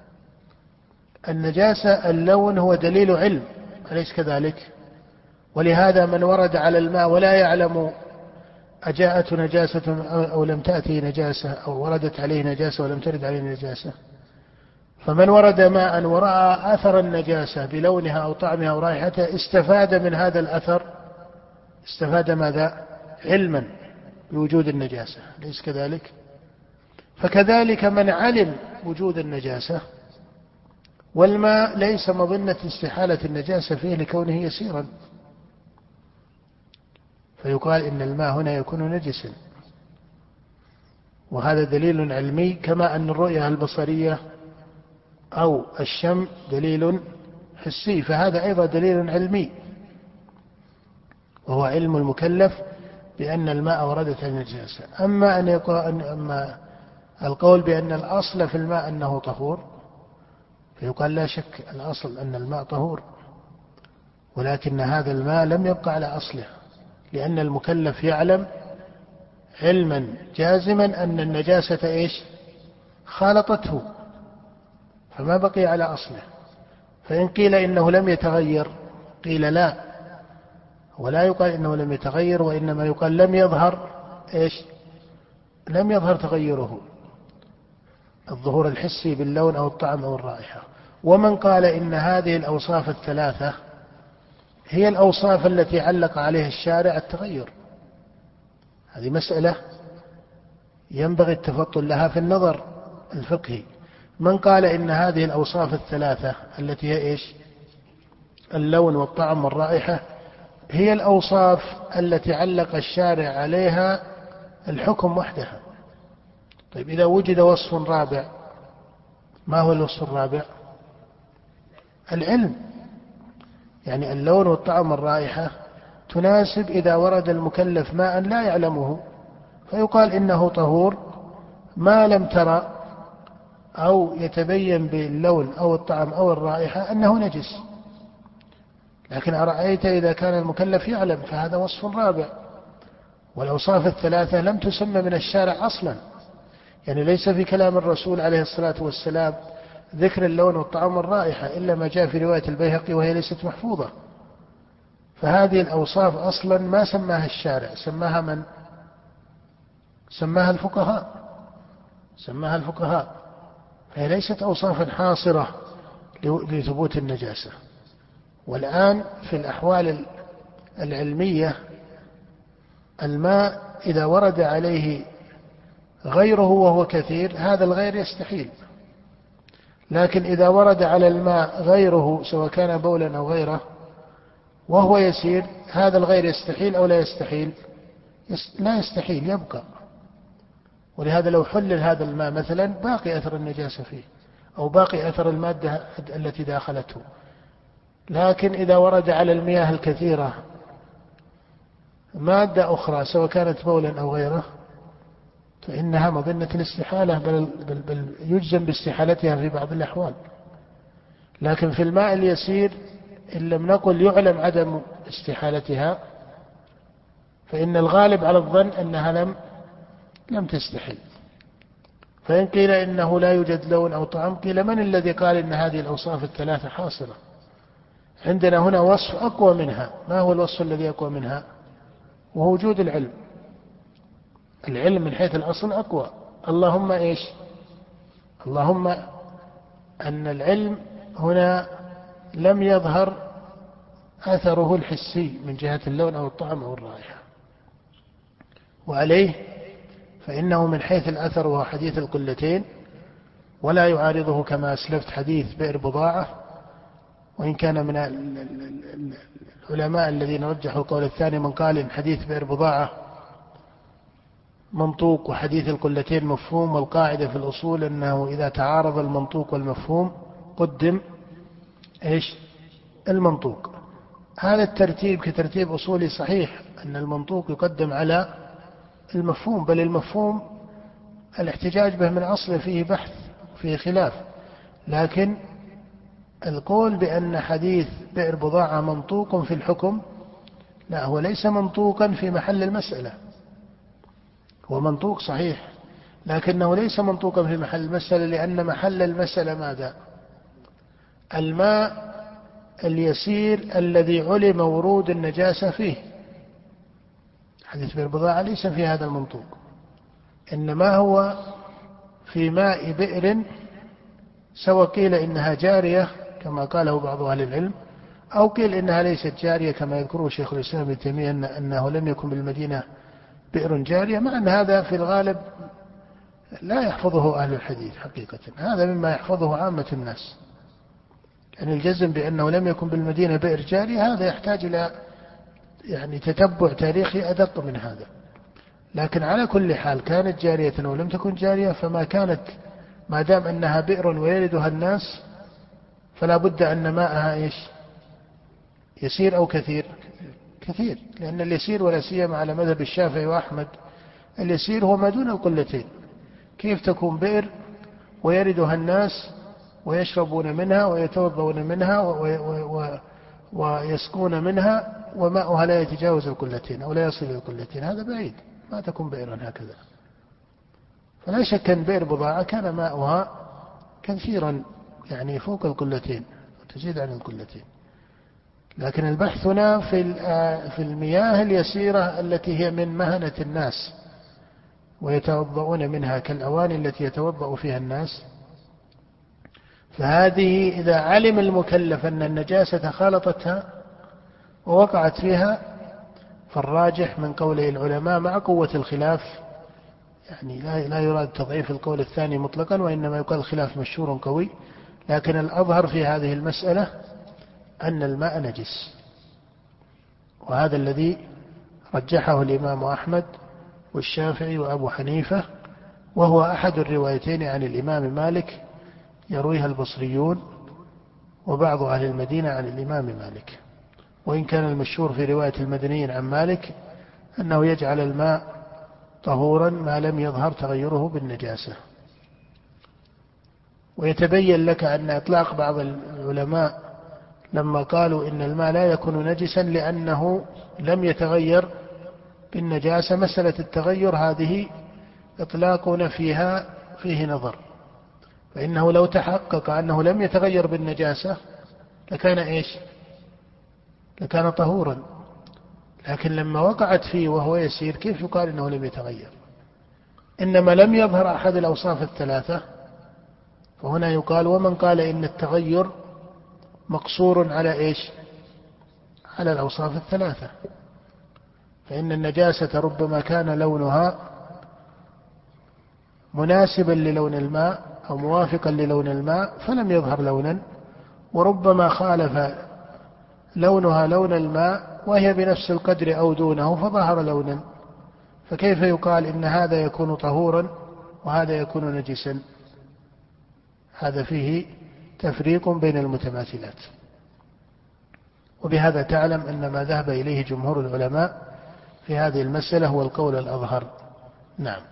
B: النجاسة اللون هو دليل علم، أليس كذلك؟ ولهذا من ورد على الماء ولا يعلم أجاءت نجاسة أو لم تأتي نجاسة، أو وردت عليه نجاسة ولم ترد عليه نجاسة، فمن ورد ماء ورأى أثر النجاسة بلونها أو طعمها أو رائحتها استفاد من هذا الأثر، استفاد ماذا؟ علما بوجود النجاسة، ليس كذلك؟ فكذلك من علم وجود النجاسة والماء ليس مظنة استحالة النجاسة فيه لكونه يسيرا، فيقال إن الماء هنا يكون نجسا، وهذا دليل علمي، كما أن الرؤية البصرية أو الشم دليل حسي، فهذا أيضا دليل علمي، وهو علم المكلف بأن الماء وردت النجاسة. أما القول بأن الأصل في الماء أنه طهور، فيقال لا شك الأصل أن الماء طهور، ولكن هذا الماء لم يبقى على أصله، لأن المكلف يعلم علما جازما أن النجاسة إيش؟ خالطته، فما بقي على أصله. فإن قيل إنه لم يتغير قيل لا، ولا يقال إنه لم يتغير، وإنما يقال لم يظهر إيش؟ لم يظهر تغيره، الظهور الحسي باللون أو الطعم أو الرائحة. ومن قال إن هذه الأوصاف الثلاثة هي الأوصاف التي علق عليها الشارع التغير، هذه مسألة ينبغي التفطن لها في النظر الفقهي. من قال إن هذه الأوصاف الثلاثة التي هي إيش؟ اللون والطعم والرائحة هي الأوصاف التي علق الشارع عليها الحكم وحدها. طيب إذا وجد وصف رابع، ما هو الوصف الرابع؟ العلم، يعني اللون والطعم والرائحة تناسب إذا ورد المكلف ماء لا يعلمه، فيقال إنه طهور ما لم ترى أو يتبين باللون أو الطعم أو الرائحة أنه نجس. لكن أرأيت إذا كان المكلف يعلم، فهذا وصف رابع. والأوصاف الثلاثة لم تسمى من الشارع أصلا، يعني ليس في كلام الرسول عليه الصلاة والسلام ذكر اللون والطعم والرائحة إلا ما جاء في رواية البيهقي وهي ليست محفوظة. فهذه الأوصاف أصلا ما سماها الشارع، سماها من؟ سماها الفقهاء، سماها الفقهاء، فهي ليست أوصافا حاصرة لثبوت النجاسة. والآن في الأحوال العلمية الماء إذا ورد عليه غيره وهو كثير هذا الغير يستحيل، لكن إذا ورد على الماء غيره سواء كان بولا أو غيره وهو يسير هذا الغير يستحيل أو لا يستحيل؟ لا يستحيل، يبقى. ولهذا لو حلل هذا الماء مثلا باقي أثر النجاسة فيه أو باقي أثر المادة التي داخلته، لكن إذا ورد على المياه الكثيرة مادة أخرى سواء كانت بولا أو غيره فإنها مظنة الاستحالة، بل يجزم باستحالتها في بعض الأحوال. لكن في الماء اليسير إن لم نقل يعلم عدم استحالتها، فإن الغالب على الظن أنها لم تستحل. فإن قيل إنه لا يوجد لون أو طعم قيل من الذي قال إن هذه الأوصاف الثلاثة حاصلة؟ عندنا هنا وصف أقوى منها. ما هو الوصف الذي أقوى منها؟ وهو وجود العلم. العلم من حيث الأصل أقوى. اللهم إيش؟ اللهم أن العلم هنا لم يظهر أثره الحسي من جهة اللون أو الطعم أو الرائحة، وعليه فإنه من حيث الأثر وهو حديث القلتين، ولا يعارضه كما أسلفت حديث بئر بضاعة، وإن كان من العلماء الذين رجحوا القول الثاني من قال إن حديث بئر بضاعة منطوق وحديث القلتين مفهوم، والقاعدة في الأصول أنه إذا تعارض المنطوق والمفهوم قدم إيش؟ المنطوق. هذا الترتيب كترتيب أصولي صحيح، أن المنطوق يقدم على المفهوم، بل المفهوم الاحتجاج به من أصله فيه بحث فيه خلاف، لكن القول بأن حديث بئر بضاعة منطوق في الحكم لا، هو ليس منطوقا في محل المسألة. هو منطوق صحيح لكنه ليس منطوقا في محل المسألة، لأن محل المسألة ماذا؟ الماء اليسير الذي علم ورود النجاسة فيه. حديث بئر بضاعة ليس في هذا المنطوق، إنما هو في ماء بئر، سواء قيل إنها جارية كما قاله بعض أهل العلم، أو قيل إنها ليست جارية كما يذكره شيخ الإسلام ابن تيمية أنه لم يكن بالمدينة بئر جارية، مع أن هذا في الغالب لا يحفظه أهل الحديث حقيقة، هذا مما يحفظه عامة الناس. يعني الجزم بأنه لم يكن بالمدينة بئر جارية هذا يحتاج إلى يعني تتبع تاريخي أدق من هذا. لكن على كل حال كانت جارية أو لم تكن جارية، فما كانت ما دام أنها بئر ويردها الناس فلا بد أن ماءها إيش؟ يسير أو كثير؟ كثير، لأن اليسير ولا سيما على مذهب الشافعي وأحمد اليسير هو ما دون القلتين. كيف تكون بئر ويردها الناس ويشربون منها ويتوضؤون منها ويسقون منها وماؤها لا يتجاوز القلتين أو لا يصل إلى القلتين؟ هذا بعيد، ما تكون بئرا هكذا. فلا شك أن بئر بضاعة كان ماؤها كثيرا يعني فوق القلتين وتزيد عن القلتين، لكن البحث هنا في المياه اليسيرة التي هي من مهنة الناس ويتوضؤون منها كالأواني التي يتوضأ فيها الناس، فهذه إذا علم المكلف أن النجاسة خالطتها ووقعت فيها، فالراجح من قول العلماء مع قوة الخلاف، يعني لا يراد تضعيف القول الثاني مطلقا، وإنما يقال الخلاف مشهور قوي، لكن الأظهر في هذه المسألة أن الماء نجس، وهذا الذي رجحه الإمام أحمد والشافعي وأبو حنيفة، وهو أحد الروايتين عن الإمام مالك يرويها البصريون وبعض أهل المدينة عن الإمام مالك، وإن كان المشهور في رواية المدنيين عن مالك أنه يجعل الماء طهورا ما لم يظهر تغيره بالنجاسة. ويتبين لك أن إطلاق بعض العلماء لما قالوا إن الماء لا يكون نجسا لأنه لم يتغير بالنجاسة، مسألة التغير هذه إطلاقنا فيه نظر، فإنه لو تحقق أنه لم يتغير بالنجاسة لكان إيش؟ لكان طهورا، لكن لما وقعت فيه وهو يسير كيف يقال إنه لم يتغير؟ إنما لم يظهر أحد الأوصاف الثلاثة، فهنا يقال ومن قال إن التغير مقصور على إيش؟ على الأوصاف الثلاثة، فإن النجاسة ربما كان لونها مناسبا للون الماء أو موافقا للون الماء فلم يظهر لونا، وربما خالف لونها لون الماء وهي بنفس القدر أو دونه فظهر لونا، فكيف يقال إن هذا يكون طهورا وهذا يكون نجسا؟ هذا فيه تفريق بين المتماثلات. وبهذا تعلم أن ما ذهب إليه جمهور العلماء في هذه المسألة هو القول الأظهر. نعم.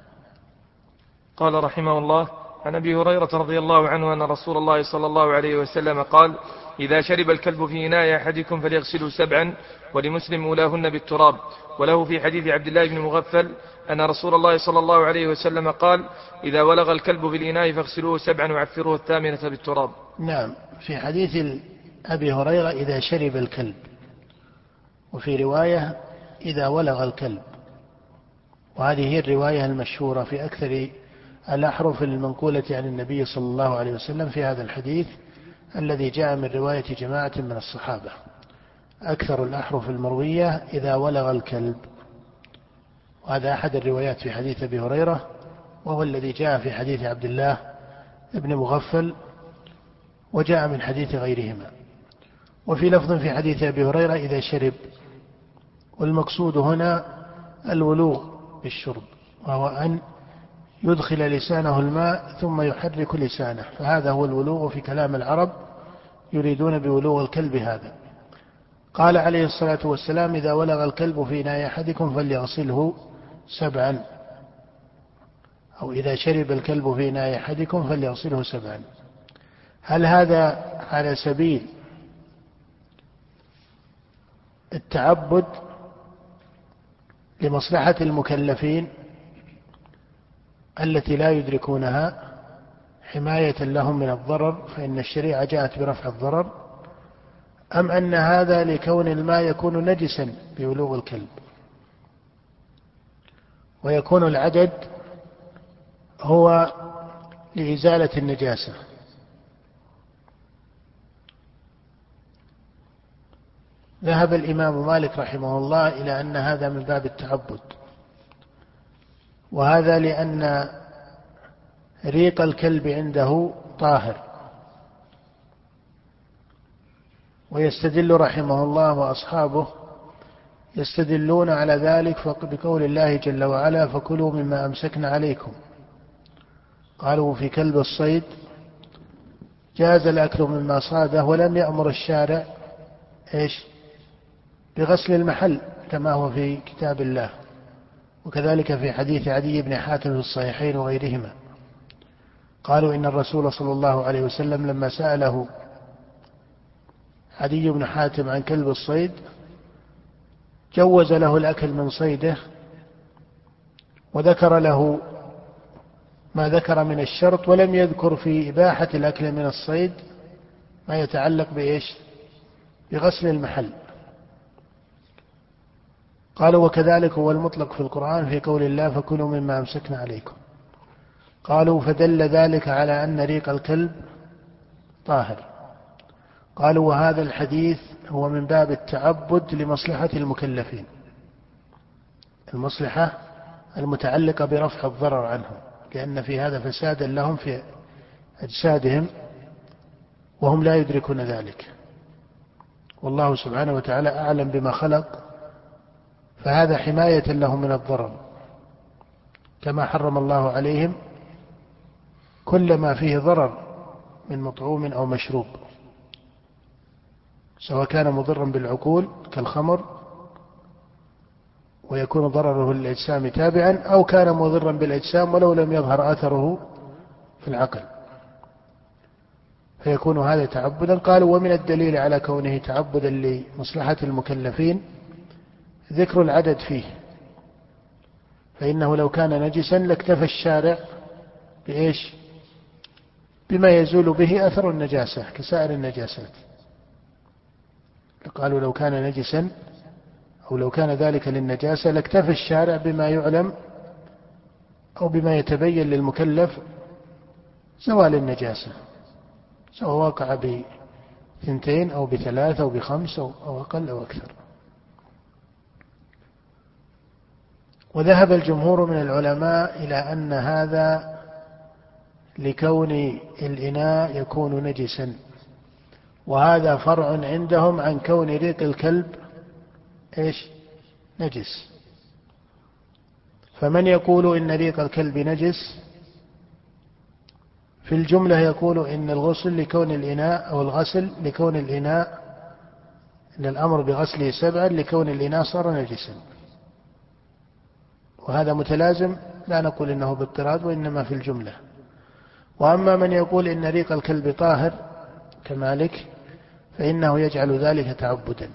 C: قال رحمه الله: عن أبي هريرة رضي الله عنه أن رسول الله صلى الله عليه وسلم قال: إذا شرب الكلب في إناء أحدكم فليغسله 7، ولمسلم أولاهن بالتراب. وله في حديث عبد الله بن مغفل أن رسول الله صلى الله عليه وسلم قال: إذا ولغ الكلب في الإناء فاغسلوه 7 وعفروه 8 بالتراب.
B: نعم، في حديث أبي هريرة إذا شرب الكلب، وفي رواية إذا ولغ الكلب، وهذه هي الرواية المشهورة في أكثر الأحرف المنقولة عن النبي صلى الله عليه وسلم في هذا الحديث الذي جاء من رواية جماعة من الصحابة. أكثر الأحرف المروية إذا ولغ الكلب، وهذا أحد الروايات في حديث أبي هريرة، وهو الذي جاء في حديث عبد الله بن مغفل، وجاء من حديث غيرهما. وفي لفظ في حديث أبي هريرة إذا شرب، والمقصود هنا الولوغ بالشرب، وهو أن يدخل لسانه الماء ثم يحرك لسانه، فهذا هو الولوغ في كلام العرب، يريدون بولوغ الكلب هذا. قال عليه الصلاة والسلام: إذا ولغ الكلب في إناء أحدكم فليغسله 7، أو إذا شرب الكلب في إناء أحدكم فليغسله 7. هل هذا على سبيل التعبد لمصلحة المكلفين التي لا يدركونها حماية لهم من الضرر، فإن الشريعة جاءت برفع الضرر، أم أن هذا لكون الماء يكون نجسا بولوغ الكلب، ويكون العدد هو لإزالة النجاسة؟ ذهب الإمام مالك رحمه الله إلى أن هذا من باب التعبد، وهذا لأن ريق الكلب عنده طاهر، ويستدل رحمه الله وأصحابه يستدلون على ذلك بقول الله جل وعلا: فكلوا مما أمسكنا عليكم. قالوا في كلب الصيد جاز الأكل مما صاده، ولم يأمر الشارع بغسل المحل كما هو في كتاب الله، وكذلك في حديث عدي بن حاتم في الصحيحين وغيرهما. قالوا إن الرسول صلى الله عليه وسلم لما سأله عدي بن حاتم عن كلب الصيد جوز له الأكل من صيده، وذكر له ما ذكر من الشرط، ولم يذكر في إباحة الأكل من الصيد ما يتعلق بغسل المحل. قالوا وكذلك هو المطلق في القرآن في قول الله: فكلوا مما أمسكنا عليكم. قالوا فدل ذلك على أن ريق الكلب طاهر. قالوا وهذا الحديث هو من باب التعبد لمصلحة المكلفين، المصلحة المتعلقة برفع الضرر عنهم، لأن في هذا فسادا لهم في أجسادهم وهم لا يدركون ذلك، والله سبحانه وتعالى أعلم بما خلق، فهذا حماية لهم من الضرر، كما حرم الله عليهم كل ما فيه ضرر من مطعوم أو مشروب، سواء كان مضرا بالعقول كالخمر ويكون ضرره للأجسام تابعا، أو كان مضرا بالأجسام ولو لم يظهر أثره في العقل، فيكون هذا تعبدا. قالوا ومن الدليل على كونه تعبدا لمصلحة المكلفين ذكر العدد فيه، فإنه لو كان نجسا لاكتفى الشارع بما يزول به أثر النجاسة كسائر النجاسات. قالوا لو كان نجسا أو لو كان ذلك للنجاسة لاكتفى الشارع بما يعلم أو بما يتبين للمكلف زوال النجاسة، سواء وقع ب2 أو ب3 أو ب5 أو أقل أو أكثر. وذهب الجمهور من العلماء إلى أن هذا لكون الإناء يكون نجسا، وهذا فرع عندهم عن كون ريق الكلب نجس. فمن يقول إن ريق الكلب نجس في الجملة يقول إن الغسل لكون الإناء أو الغسل لكون الإناء، إن الأمر بغسله 7 لكون الإناء صار نجسا، وهذا متلازم، لا نقول إنه باضطراد وإنما في الجملة. وأما من يقول إن ريق الكلب طاهر كمالك فإنه يجعل ذلك تعبدا.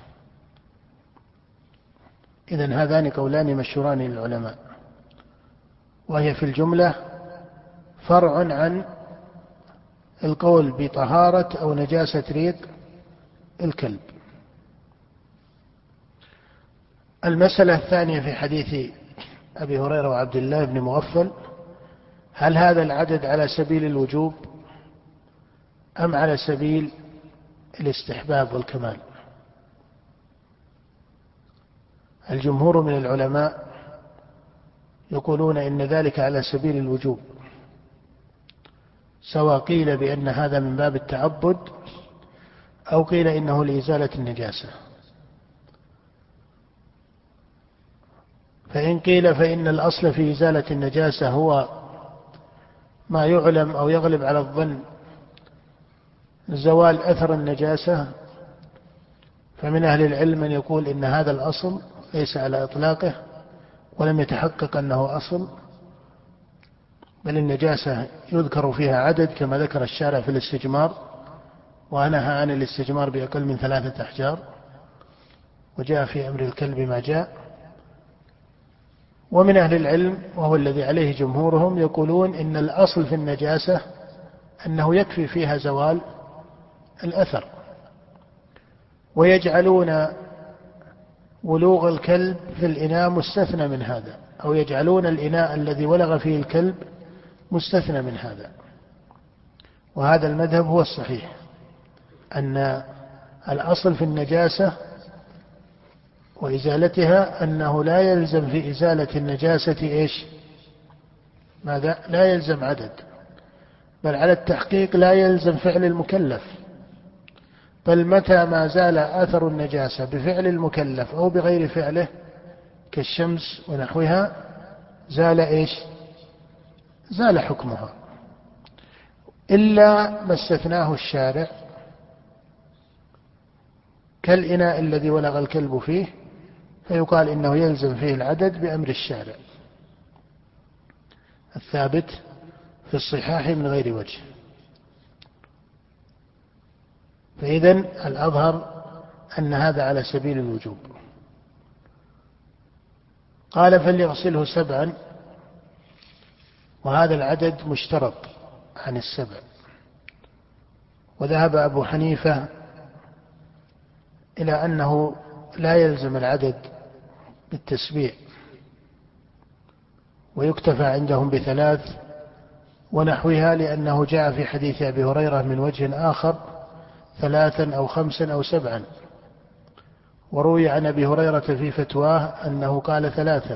B: إذن هذان قولان مشهوران للعلماء، وهي في الجملة فرع عن القول بطهارة أو نجاسة ريق الكلب. المسألة الثانية في حديث أبي هريرة وعبد الله بن مغفل: هل هذا العدد على سبيل الوجوب أم على سبيل الاستحباب والكمال؟ الجمهور من العلماء يقولون إن ذلك على سبيل الوجوب، سواء قيل بأن هذا من باب التعبد أو قيل إنه لإزالة النجاسة. فإن قيل فإن الأصل في إزالة النجاسة هو ما يعلم أو يغلب على الظن زوال أثر النجاسة، فمن أهل العلم من يقول إن هذا الأصل ليس على إطلاقه ولم يتحقق أنه أصل، بل النجاسة يذكر فيها عدد كما ذكر الشارع في الاستجمار، ونهى عن الاستجمار بأقل من 3 أحجار، وجاء في أمر الكلب ما جاء. ومن أهل العلم وهو الذي عليه جمهورهم يقولون إن الأصل في النجاسة أنه يكفي فيها زوال الأثر، ويجعلون ولوغ الكلب في الإناء مستثنى من هذا، أو يجعلون الإناء الذي ولغ فيه الكلب مستثنى من هذا. وهذا المذهب هو الصحيح، أن الأصل في النجاسة وإزالتها أنه لا يلزم في إزالة النجاسة إيش؟ ماذا؟ لا يلزم عدد، بل على التحقيق لا يلزم فعل المكلف، بل متى ما زال أثر النجاسة بفعل المكلف أو بغير فعله كالشمس ونحوها زال إيش؟ زال حكمها، إلا ما استثناه الشارع كالإناء الذي ولغ الكلب فيه، فيقال إنه يلزم فيه العدد بأمر الشارع الثابت في الصحاح من غير وجه. فإذن الأظهر أن هذا على سبيل الوجوب. قال: فليغسله 7، وهذا العدد مشترط عن 7. وذهب أبو حنيفة إلى أنه لا يلزم العدد بالتسبيع، ويكتفى عندهم ب3 ونحوها، لأنه جاء في حديث أبي هريرة من وجه آخر 3 أو 5 أو 7، وروي عن أبي هريرة في فتواه أنه قال 3.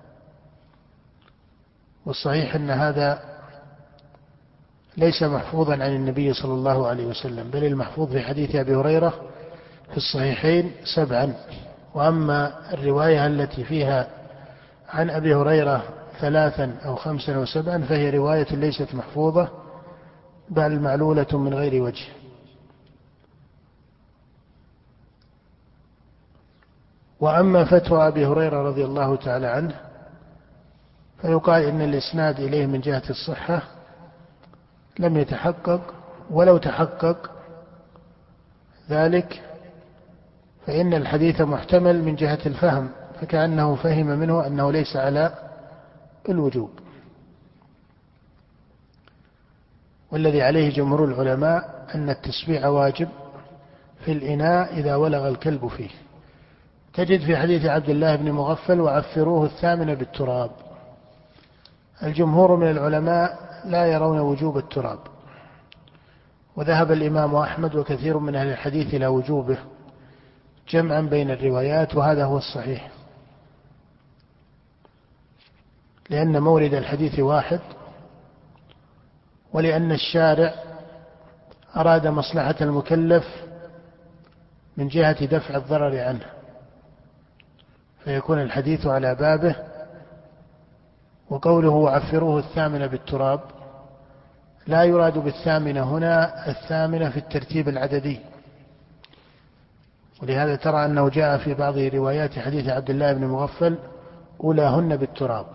B: والصحيح أن هذا ليس محفوظا عن النبي صلى الله عليه وسلم، بل المحفوظ في حديث أبي هريرة في الصحيحين 7. وأما الرواية التي فيها عن أبي هريرة 3 أو 5 أو 7 فهي رواية ليست محفوظة، بل معلولة من غير وجه. وأما فتوى أبي هريرة رضي الله تعالى عنه فيقال إن الإسناد إليه من جهة الصحة لم يتحقق، ولو تحقق ذلك فإن الحديث محتمل من جهة الفهم، فكأنه فهم منه أنه ليس على الوجوب. والذي عليه جمهور العلماء أن التسبيع واجب في الإناء إذا ولغ الكلب فيه. تجد في حديث عبد الله بن مغفل: وعفروه 8 بالتراب. الجمهور من العلماء لا يرون وجوب التراب، وذهب الإمام أحمد وكثير من أهل الحديث إلى وجوبه جمعا بين الروايات، وهذا هو الصحيح، لأن مورد الحديث واحد، ولأن الشارع أراد مصلحة المكلف من جهة دفع الضرر عنه، فيكون الحديث على بابه. وقوله وعفروه 8 بالتراب لا يراد ب8 هنا 8 في الترتيب العددي، ولهذا ترى أنه جاء في بعض روايات حديث عبد الله بن مغفل أولاهن بالتراب.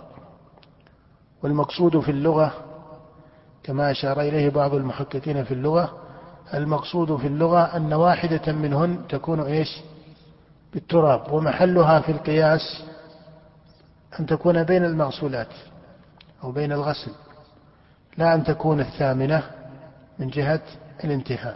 B: والمقصود في اللغة كما أشار إليه بعض المحققين في اللغة المقصود في اللغة أن واحدة منهن تكون إيش؟ بالتراب، ومحلها في القياس أن تكون بين المغسولات أو بين الغسل، لا أن تكون الثامنة من جهة الانتهاء.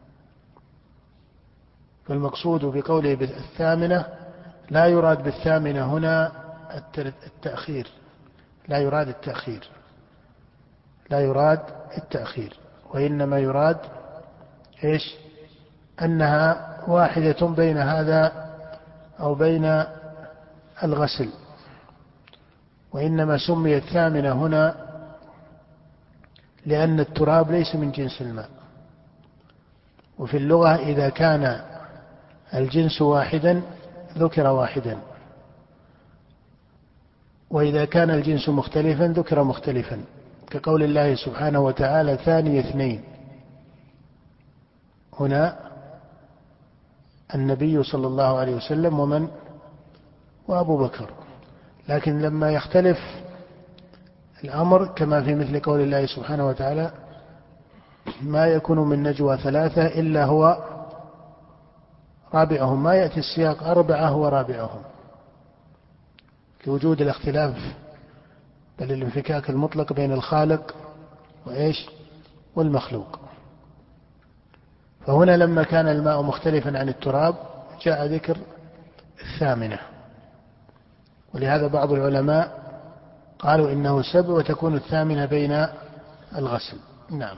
B: فالمقصود بقوله بالثامنة لا يراد بالثامنة هنا التأخير، لا يراد التأخير، وإنما يراد إيش؟ أنها واحدة بين هذا أو بين الغسل. وإنما سميت ثامنة هنا لأن التراب ليس من جنس الماء، وفي اللغة إذا كان الجنس واحدا ذكر واحدا، وإذا كان الجنس مختلفا ذكر مختلفا، كقول الله سبحانه وتعالى ثاني اثنين، هنا النبي صلى الله عليه وسلم وأبو بكر. لكن لما يختلف الأمر كما في مثل قول الله سبحانه وتعالى ما يكون من نجوى ثلاثة إلا هو رابعهم، ما يأتي السياق أربعة هو رابعهم لوجود الاختلاف بل الانفكاك المطلق بين الخالق وإيش والمخلوق. فهنا لما كان الماء مختلفا عن التراب جاء ذكر الثامنة، ولهذا بعض العلماء قالوا إنه 7 وتكون الثامنة بين الغسل. نعم.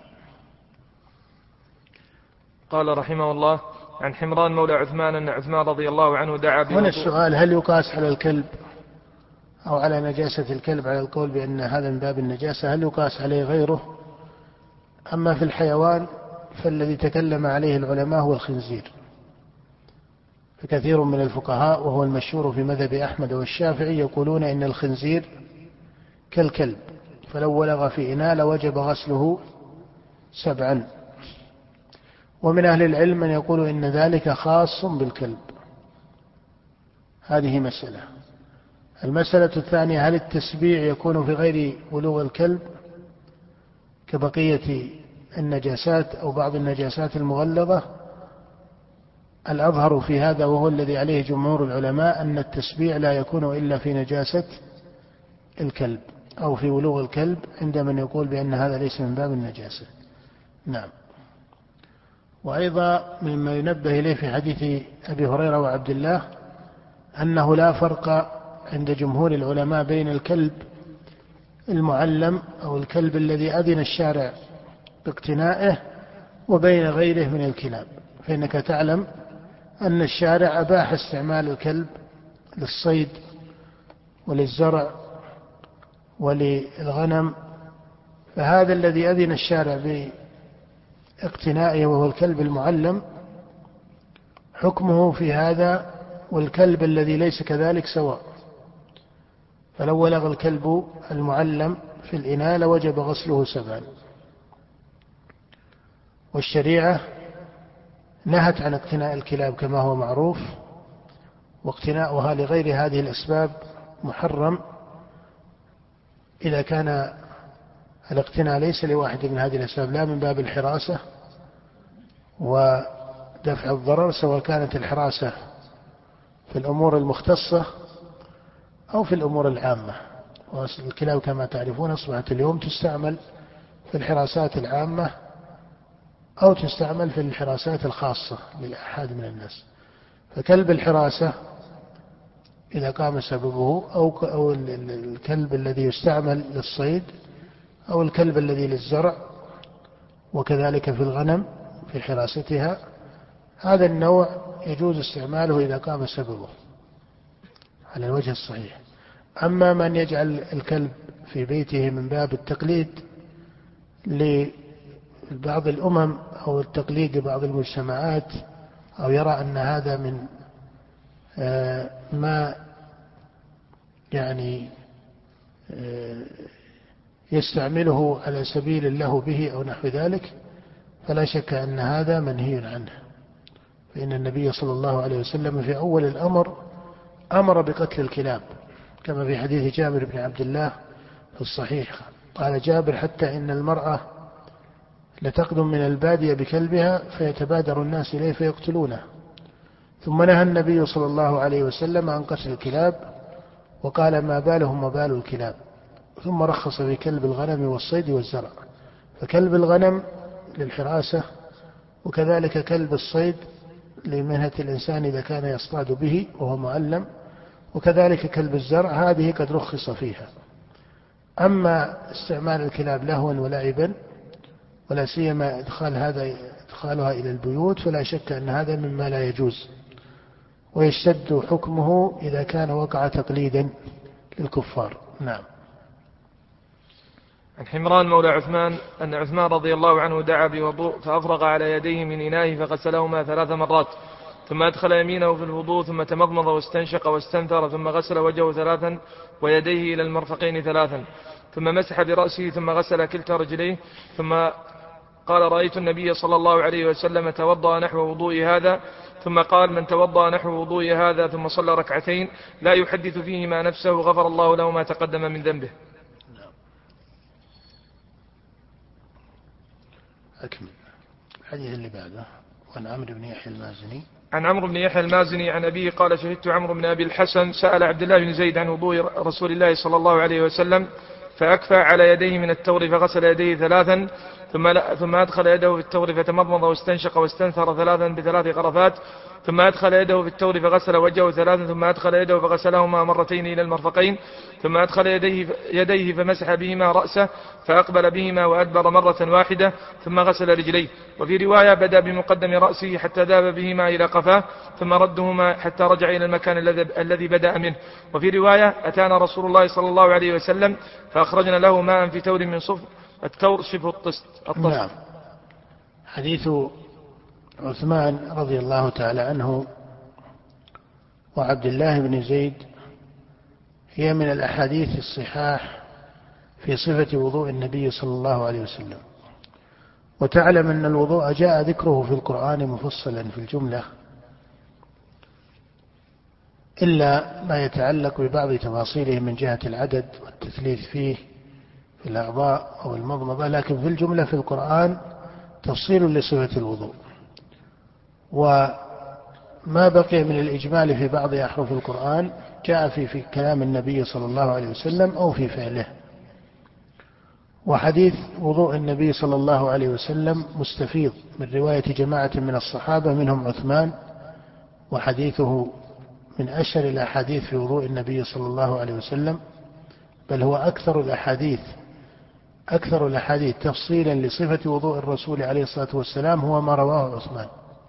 C: قال رحمه الله عن حمران مولى عثمان أن عثمان رضي الله عنه دعا
B: هنا السؤال هل يقاس على الكلب أو على نجاسة الكلب على القول بأن هذا من باب النجاسة، هل يقاس عليه غيره؟ أما في الحيوان فالذي تكلم عليه العلماء هو الخنزير، فكثير من الفقهاء وهو المشهور في مذهب أحمد والشافعي يقولون إن الخنزير كالكلب، فلو ولغ في إناء لوجب غسله 7. ومن أهل العلم من يقول إن ذلك خاص بالكلب. هذه مسألة. المسألة الثانية هل التسبيع يكون في غير ولوغ الكلب كبقية النجاسات أو بعض النجاسات المغلظة؟ الأظهر في هذا وهو الذي عليه جمهور العلماء أن التسبيع لا يكون إلا في نجاسة الكلب أو في ولوغ الكلب، عند من يقول بأن هذا ليس من باب النجاسة. نعم. وأيضا مما ينبه إليه في حديث أبي هريرة وعبد الله أنه لا فرق عند جمهور العلماء بين الكلب المعلم أو الكلب الذي أذن الشارع باقتنائه وبين غيره من الكلاب، فإنك تعلم أن الشارع أباح استعمال الكلب للصيد وللزرع وللغنم، فهذا الذي أذن الشارع باقتنائه وهو الكلب المعلم حكمه في هذا والكلب الذي ليس كذلك سواء، فلو ولغ الكلب المعلم في الإناء لوجب غسله 7. والشريعة نهت عن اقتناء الكلاب كما هو معروف، واقتناؤها لغير هذه الأسباب محرم إذا كان الاقتناء ليس لواحد من هذه الأسباب، لا من باب الحراسة ودفع الضرر، سواء كانت الحراسة في الأمور المختصة أو في الأمور العامة. والكلاب كما تعرفون أصبحت اليوم تستعمل في الحراسات العامة أو تستعمل في الحراسات الخاصة للأحد من الناس. فكلب الحراسة إذا قام سببه أو الكلب الذي يستعمل للصيد أو الكلب الذي للزرع وكذلك في الغنم في حراستها، هذا النوع يجوز استعماله إذا قام سببه على الوجه الصحيح. أما من يجعل الكلب في بيته من باب التقليد لبعض الأمم أو التقليد لبعض المجتمعات، أو يرى أن هذا من ما يعني يستعمله على سبيل الله به أو نحو ذلك، فلا شك أن هذا منهي عنه. فإن النبي صلى الله عليه وسلم في أول الأمر أمر بقتل الكلاب كما في حديث جابر بن عبد الله في الصحيح، قال جابر: حتى إن المرأة لتقدم من البادية بكلبها فيتبادر الناس إليه فيقتلونه. ثم نهى النبي صلى الله عليه وسلم عن قتل الكلاب وقال ما بالهم وبال الكلاب. ثم رخص في كلب الغنم والصيد والزرع، فكلب الغنم للحراسة، وكذلك كلب الصيد لمهنة الإنسان إذا كان يصطاد به وهو معلم، وكذلك كلب الزرع هذه قد رخص فيها. أما استعمال الكلاب لهوا ولعبا ولا سيما إدخالها إلى البيوت فلا شك أن هذا مما لا يجوز، ويشتد حكمه إذا كان وقع تقليدا للكفار. نعم.
C: عن حمران مولى عثمان أن عثمان رضي الله عنه دعا بوضوء فأفرغ على يديه من إنائه فغسلهما 3 مرات، ثم أدخل يمينه في الوضوء ثم تمضمض واستنشق واستنثر، ثم غسل وجهه 3 ويديه إلى المرفقين 3، ثم مسح برأسه ثم غسل كلتا رجليه، ثم قال رأيت النبي صلى الله عليه وسلم توضأ نحو وضوء هذا، ثم قال من توضأ نحو وضوء هذا ثم صلى 2 ركعتين لا يحدث فيهما نفسه غفر الله له ما تقدم من ذنبه.
B: أكمل الحديث اللي بعده. وعن عمرو بن يحيى المازني
C: عن عمرو بن يحيى المازني عن أبيه قال شهدت عمرو بن أبي الحسن سأل عبد الله بن زيد عن وضوء رسول الله صلى الله عليه وسلم فأكفى على يديه من التور فغسل يديه 3، ثم أدخل يده في التور فتمضمض واستنشق واستنثر 3 ب3 غرفات، ثم أدخل يده في التور فغسل وجهه 3، ثم أدخل يده فغسلهما 2 إلى المرفقين، ثم أدخل يديه فمسح بهما رأسه فأقبل بهما وأدبر 1 واحدة، ثم غسل رجليه. وفي رواية بدأ بمقدم رأسه حتى ذهب بهما إلى قفاه، ثم ردهما حتى رجع إلى المكان الذي بدأ منه. وفي رواية أتانا رسول الله صلى الله عليه وسلم فأخرجنا له ماء في تور من صفر، التور شبه الطست.
B: نعم. حديث عثمان رضي الله تعالى عنه وعبد الله بن زيد هي من الأحاديث الصحاح في صفة وضوء النبي صلى الله عليه وسلم. وتعلم أن الوضوء جاء ذكره في القرآن مفصلا في الجملة إلا ما يتعلق ببعض تفاصيله من جهة العدد والتثليث فيه في الأعضاء أو المضمضة، لكن في الجملة في القرآن تفصيل لصفة الوضوء. وما بقي من الإجمال في بعض أحرف القرآن جاء في كلام النبي صلى الله عليه وسلم أو في فعله. وحديث وضوء النبي صلى الله عليه وسلم مستفيض من رواية جماعة من الصحابة منهم عثمان، وحديثه من أشهر الأحاديث في وضوء النبي صلى الله عليه وسلم، بل هو أكثر الأحاديث تفصيلا لصفة وضوء الرسول عليه الصلاة والسلام هو ما رواه عثمان.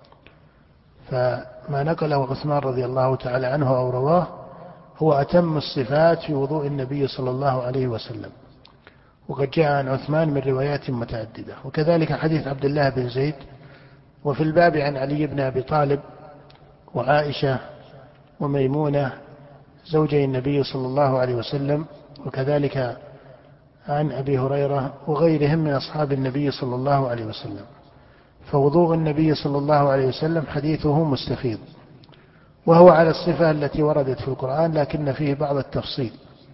B: فما نقله عثمان رضي الله تعالى عنه أو رواه هو أتم الصفات في وضوء النبي صلى الله عليه وسلم، وقد جاء عن عثمان من روايات متعددة. وكذلك حديث عبد الله بن زيد. وفي الباب عن علي بن أبي طالب وعائشة وميمونة زوجي النبي صلى الله عليه وسلم، وكذلك عن أبي هريرة وغيرهم من أصحاب النبي صلى الله عليه وسلم. فوضوء النبي صلى الله عليه وسلم حديثه مستفيض، وهو على الصفة التي وردت في القرآن لكن فيه بعض التفصيل.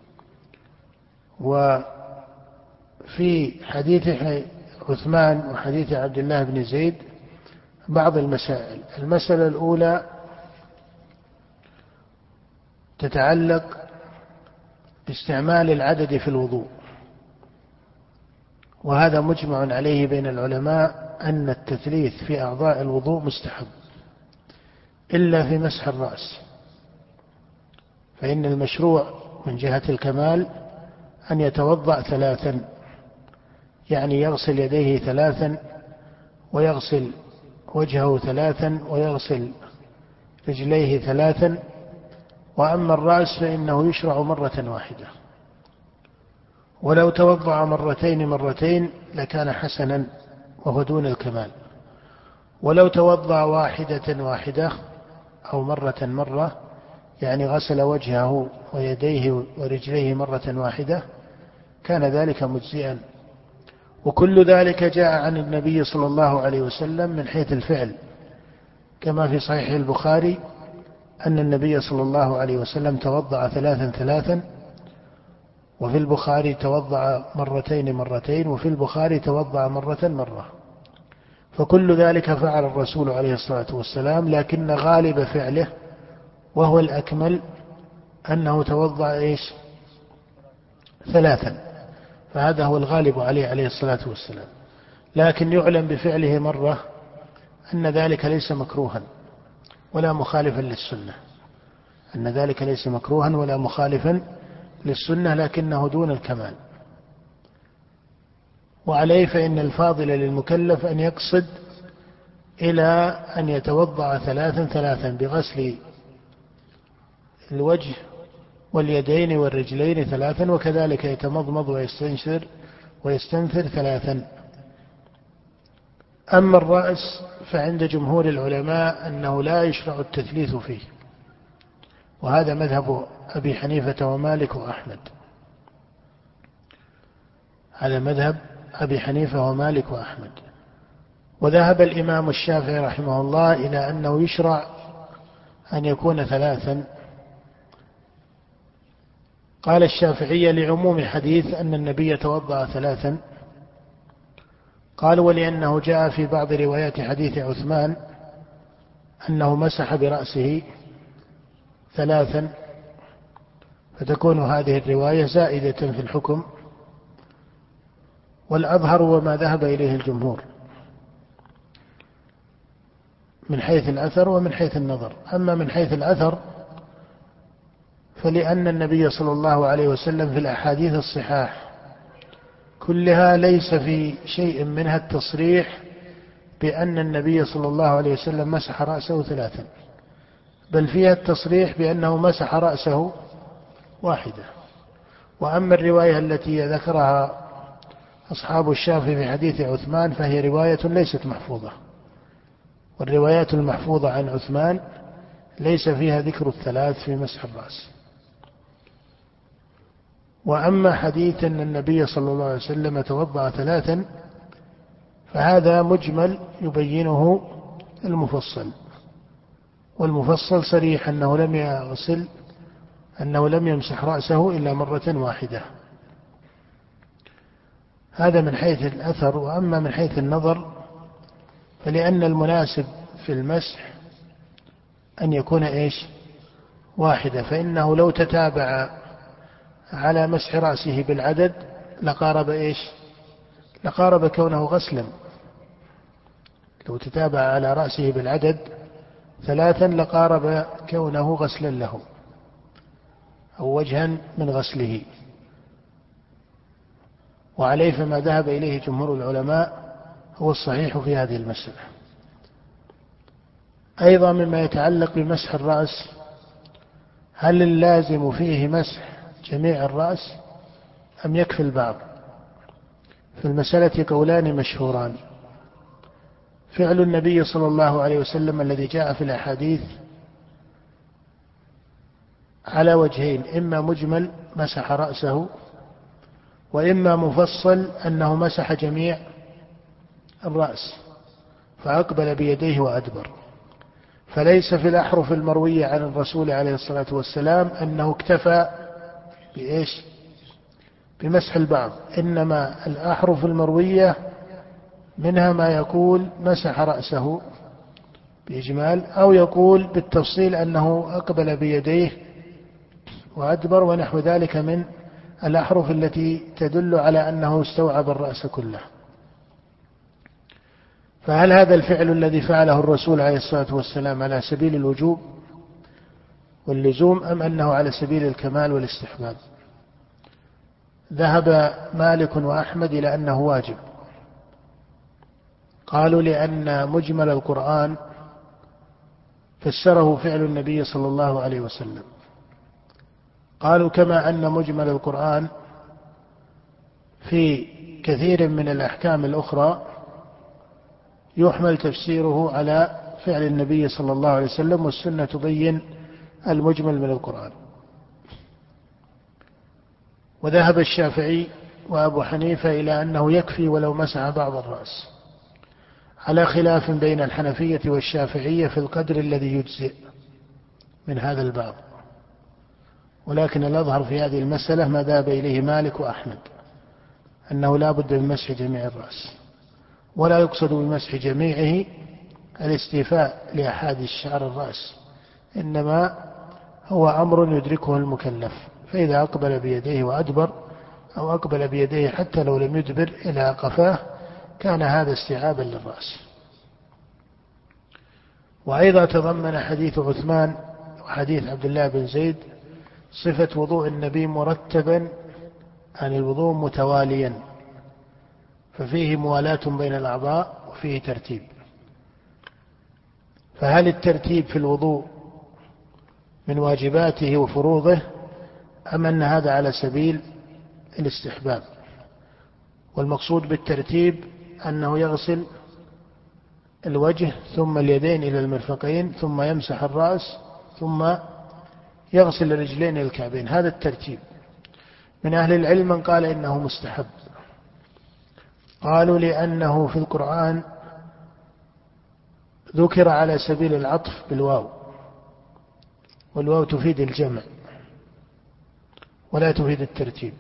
B: وفي حديث عثمان وحديث عبد الله بن زيد بعض المسائل. المسألة الأولى تتعلق باستعمال العدد في الوضوء، وهذا مجمع عليه بين العلماء أن التثليث في أعضاء الوضوء مستحب إلا في مسح الرأس، فإن المشروع من جهة الكمال أن يتوضأ 3، يعني يغسل يديه 3 ويغسل وجهه 3 ويغسل رجليه 3، وأما الرأس فإنه يشرع 1 واحدة. ولو توضأ مرتين لكان حسنا وهو دون الكمال. ولو توضأ واحدة أو مرة يعني غسل وجهه ويديه ورجليه 1 واحدة كان ذلك مجزئا. وكل ذلك جاء عن النبي صلى الله عليه وسلم من حيث الفعل، كما في صحيح البخاري أن النبي صلى الله عليه وسلم توضأ 3، وفي البخاري توضأ مرتين، وفي البخاري توضأ مرة. فكل ذلك فعل الرسول عليه الصلاة والسلام، لكن غالب فعله وهو الأكمل أنه توضأ إيش؟ 3، فهذا هو الغالب عليه الصلاة والسلام. لكن يعلم بفعله مرة أن ذلك ليس مكروها ولا مخالفا للسنة، أن ذلك ليس مكروها ولا مخالفا للسنة، لكنه دون الكمال. وعليه فإن الفاضل للمكلف أن يقصد إلى أن يتوضأ 3 بغسل الوجه واليدين والرجلين 3، وكذلك يتمضمض ويستنثر 3. أما الرأس فعند جمهور العلماء أنه لا يشرع التثليث فيه، وهذا مذهب أبي حنيفة ومالك وأحمد. هذا مذهب أبي حنيفة ومالك وأحمد. وذهب الإمام الشافعي رحمه الله إلى أنه يشرع أن يكون 3. قال الشافعي لعموم حديث أن النبي توضأ 3. قال ولأنه جاء في بعض روايات حديث عثمان أنه مسح برأسه 3، فتكون هذه الرواية زائدة في الحكم، والأظهر وما ذهب إليه الجمهور من حيث الأثر ومن حيث النظر. أما من حيث الأثر فلأن النبي صلى الله عليه وسلم في الأحاديث الصحاح كلها ليس في شيء منها التصريح بأن النبي صلى الله عليه وسلم مسح رأسه 3، بل فيها التصريح بأنه مسح رأسه 1. وأما الرواية التي ذكرها أصحاب الشافعي في حديث عثمان فهي رواية ليست محفوظة، والروايات المحفوظة عن عثمان ليس فيها ذكر 3 في مسح الرأس. وأما حديث أن النبي صلى الله عليه وسلم توضأ 3 فهذا مجمل يبينه المفصل، والمفصل صريح أنه لم يمسح رأسه إلا مرة واحدة. هذا من حيث الأثر. وأما من حيث النظر فلأن المناسب في المسح أن يكون إيش؟ 1، فإنه لو تتابع على مسح رأسه بالعدد لقارب إيش؟ لقارب كونه غسلا. لو تتابع على رأسه بالعدد 3 لقارب كونه غسلا له أو وجها من غسله. وعليه فما ذهب إليه جمهور العلماء هو الصحيح في هذه المسألة. أيضا مما يتعلق بمسح الرأس، هل اللازم فيه مسح جميع الرأس أم يكفي البعض؟ في المسألة قولان مشهوران. فعل النبي صلى الله عليه وسلم الذي جاء في الأحاديث على وجهين: إما مجمل مسح رأسه، وإما مفصل أنه مسح جميع الرأس فأقبل بيديه وأدبر. فليس في الأحرف المروية عن الرسول عليه الصلاة والسلام أنه اكتفى بإيش؟ بمسح البعض، إنما الأحرف المروية منها ما يقول مسح رأسه بإجمال، أو يقول بالتفصيل أنه أقبل بيديه وأدبر، ونحو ذلك من الأحرف التي تدل على أنه استوعب الرأس كله. فهل هذا الفعل الذي فعله الرسول عليه الصلاة والسلام على سبيل الوجوب واللزوم أم أنه على سبيل الكمال والاستحباب؟ ذهب مالك وأحمد إلى أنه واجب. قالوا لأن مجمل القرآن فسره فعل النبي صلى الله عليه وسلم. قالوا كما أن مجمل القرآن في كثير من الأحكام الأخرى يحمل تفسيره على فعل النبي صلى الله عليه وسلم، والسنة تبين المجمل من القرآن. وذهب الشافعي وأبو حنيفة إلى أنه يكفي ولو مسح بعض الرأس، على خلاف بين الحنفية والشافعية في القدر الذي يجزئ من هذا البعض. ولكن الأظهر في هذه المسألة ما ذهب إليه مالك وأحمد، أنه لا بد من مسح جميع الرأس. ولا يقصد بمسح جميعه الاستيفاء لأحادي شعر الرأس، إنما هو أمر يدركه المكلف، فإذا أقبل بيديه وأدبر أو أقبل بيديه حتى لو لم يدبر إلى قفاه كان هذا استيعابا للرأس. وأيضا تضمن حديث عثمان وحديث عبد الله بن زيد صفة وضوء النبي مرتبا عن الوضوء متواليا، ففيه موالاة بين الأعضاء وفيه ترتيب. فهل الترتيب في الوضوء من واجباته وفروضه أم أن هذا على سبيل الاستحباب؟ والمقصود بالترتيب أنه يغسل الوجه ثم اليدين إلى المرفقين ثم يمسح الرأس ثم يغسل الرجلين إلى الكعبين، هذا الترتيب. من أهل العلم من قال إنه مستحب، قالوا لأنه في القرآن ذكر على سبيل العطف بالواو، والواو تفيد الجمع ولا تفيد الترتيب.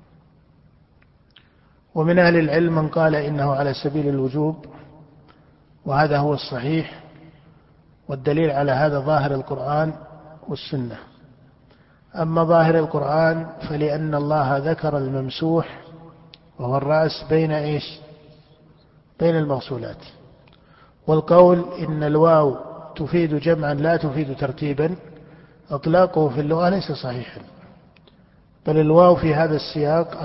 B: ومن أهل العلم من قال إنه على سبيل الوجوب، وهذا هو الصحيح، والدليل على هذا ظاهر القرآن والسنة. أما ظاهر القرآن فلأن الله ذكر الممسوح وهو الرأس بين المغسولات، والقول إن الواو تفيد جمعا لا تفيد ترتيبا أطلاقه في اللغة ليس صحيحا، بل الواو في هذا السياق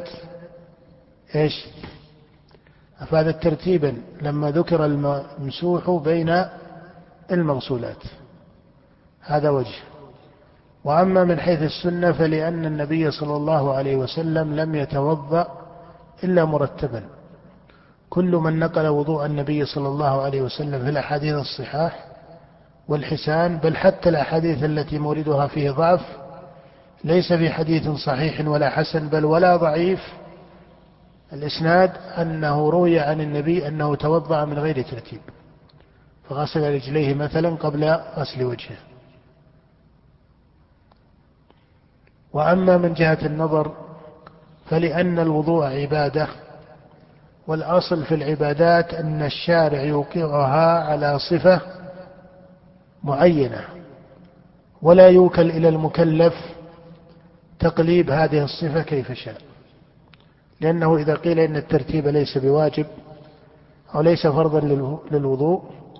B: أفادت ترتيبا لما ذكر الممسوح بين المغسولات، هذا وجه. وأما من حيث السنة فلأن النبي صلى الله عليه وسلم لم يتوضأ إلا مرتبا. كل من نقل وضوء النبي صلى الله عليه وسلم في الأحاديث الصحاح والحسان، بل حتى الأحاديث التي موردها فيه ضعف، ليس في حديث صحيح ولا حسن بل ولا ضعيف الإسناد أنه روي عن النبي أنه توضأ من غير ترتيب، فغسل رجليه مثلا قبل غسل وجهه. وأما من جهة النظر فلأن الوضوء عبادة، والأصل في العبادات أن الشارع يوقعها على صفة معينة، ولا يوكل إلى المكلف تقليب هذه الصفة كيف شاء، لأنه إذا قيل إن الترتيب ليس بواجب أو ليس فرضا للوضوء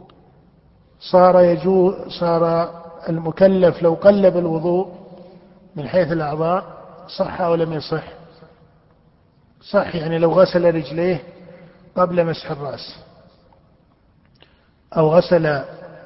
B: صار المكلف لو قلب الوضوء من حيث الأعضاء صح أو لم يصح؟ صح، يعني لو غسل رجليه قبل مسح الرأس أو غسل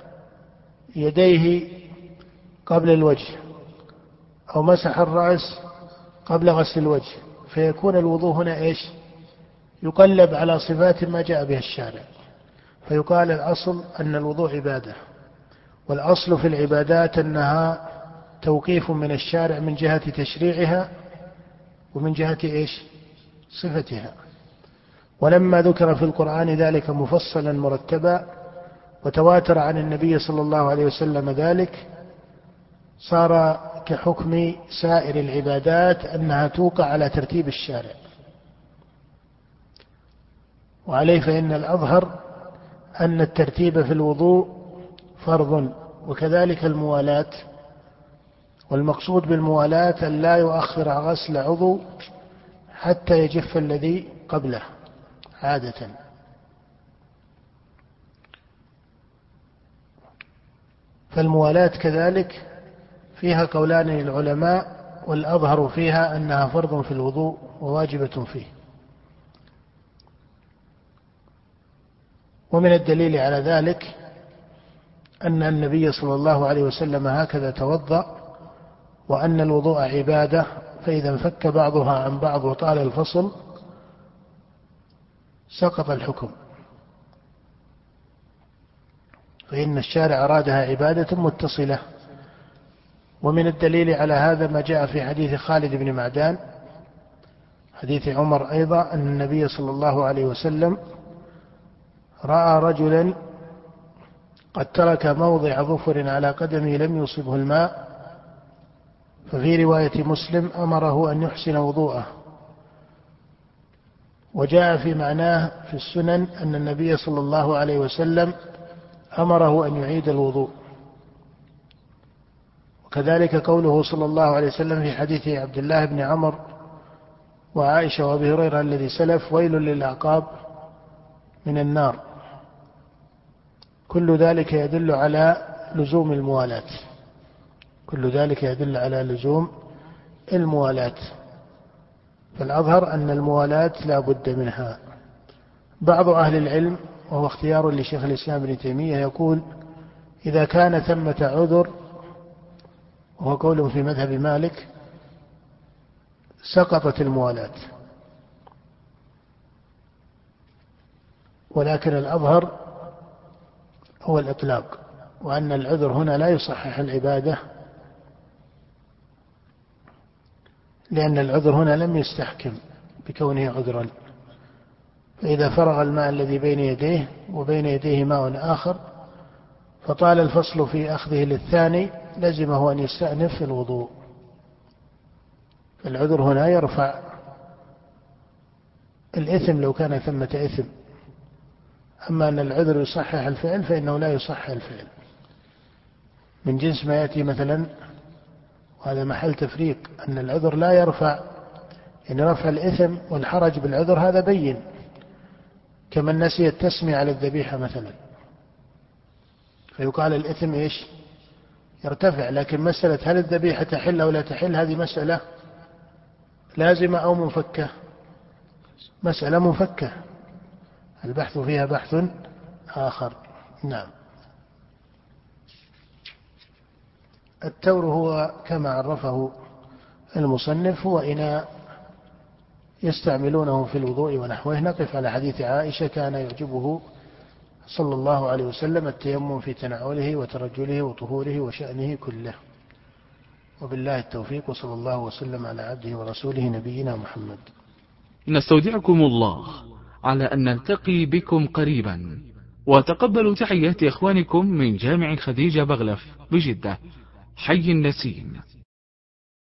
B: يديه قبل الوجه أو مسح الرأس قبل غسل الوجه، فيكون الوضوء هنا يقلب على صفات ما جاء بها الشارع، فيقال الأصل أن الوضوء عبادة، والأصل في العبادات أنها توقيف من الشارع من جهة تشريعها ومن جهة صفتها. ولما ذكر في القرآن ذلك مفصلا مرتبا وتواتر عن النبي صلى الله عليه وسلم ذلك، صار كحكم سائر العبادات أنها توقع على ترتيب الشارع. وعليه فإن الأظهر أن الترتيب في الوضوء فرض، وكذلك الموالاة. والمقصود بالموالاة أن لا يؤخر غسل عضو حتى يجف الذي قبله عادة. فالموالاة كذلك فيها قولان للعلماء، والأظهر فيها أنها فرض في الوضوء وواجبة فيه. ومن الدليل على ذلك أن النبي صلى الله عليه وسلم هكذا توضأ، وأن الوضوء عبادة، فإذا انفك بعضها عن بعض وطال الفصل سقط الحكم، فإن الشارع أرادها عبادة متصلة. ومن الدليل على هذا ما جاء في حديث خالد بن معدان حديث عمر أيضا، أن النبي صلى الله عليه وسلم رأى رجلا قد ترك موضع ظفر على قدمه لم يصبه الماء، ففي رواية مسلم أمره أن يحسن وضوءه، وجاء في معناه في السنن أن النبي صلى الله عليه وسلم أمره أن يعيد الوضوء. وكذلك قوله صلى الله عليه وسلم في حديث عبد الله بن عمر وعائشة وأبي هريرة الذي سلف: ويل للأعقاب من النار. كل ذلك يدل على لزوم الموالاة، كل ذلك يدل على لزوم الموالاة. فالأظهر أن الموالاة لا بد منها. بعض أهل العلم وهو اختيار لشيخ الإسلام ابن تيمية يقول: إذا كان ثمة عذر، وهو قول في مذهب مالك، سقطت الموالاة. ولكن الأظهر هو الإطلاق، وأن العذر هنا لا يصحح العبادة، لأن العذر هنا لم يستحكم بكونه عذرا. فإذا فرغ الماء الذي بين يديه وبين يديه ماء آخر فطال الفصل في أخذه للثاني، لزمه أن يستأنف الوضوء. فالعذر هنا يرفع الإثم لو كان ثمة إثم. أما أن العذر يصحح الفعل فإنه لا يصحح الفعل، من جنس ما يأتي مثلا، وهذا محل تفريق، أن العذر لا يرفع، إن رفع الإثم والحرج بالعذر هذا بين، كمن نسي التسمية على الذبيحة مثلا، فيقال الإثم إيش؟ يرتفع. لكن مسألة هل الذبيحة تحل أو لا تحل هذه مسألة لازمة أو منفكة؟ مسألة منفكة، البحث فيها بحث آخر. نعم. التور هو كما عرفه المصنف، هو إناء يستعملونه في الوضوء ونحوه. نقف على حديث عائشة: كان يعجبه صلى الله عليه وسلم التيمم في تنعله وترجله وطهوره وشأنه كله. وبالله التوفيق، وصلى الله وسلم على عبده ورسوله نبينا محمد.
A: نستودعكم الله على أن نلتقي بكم قريبا، وتقبلوا تحيات إخوانكم من جامع خديجة بغلف بجدة، حي النسيم.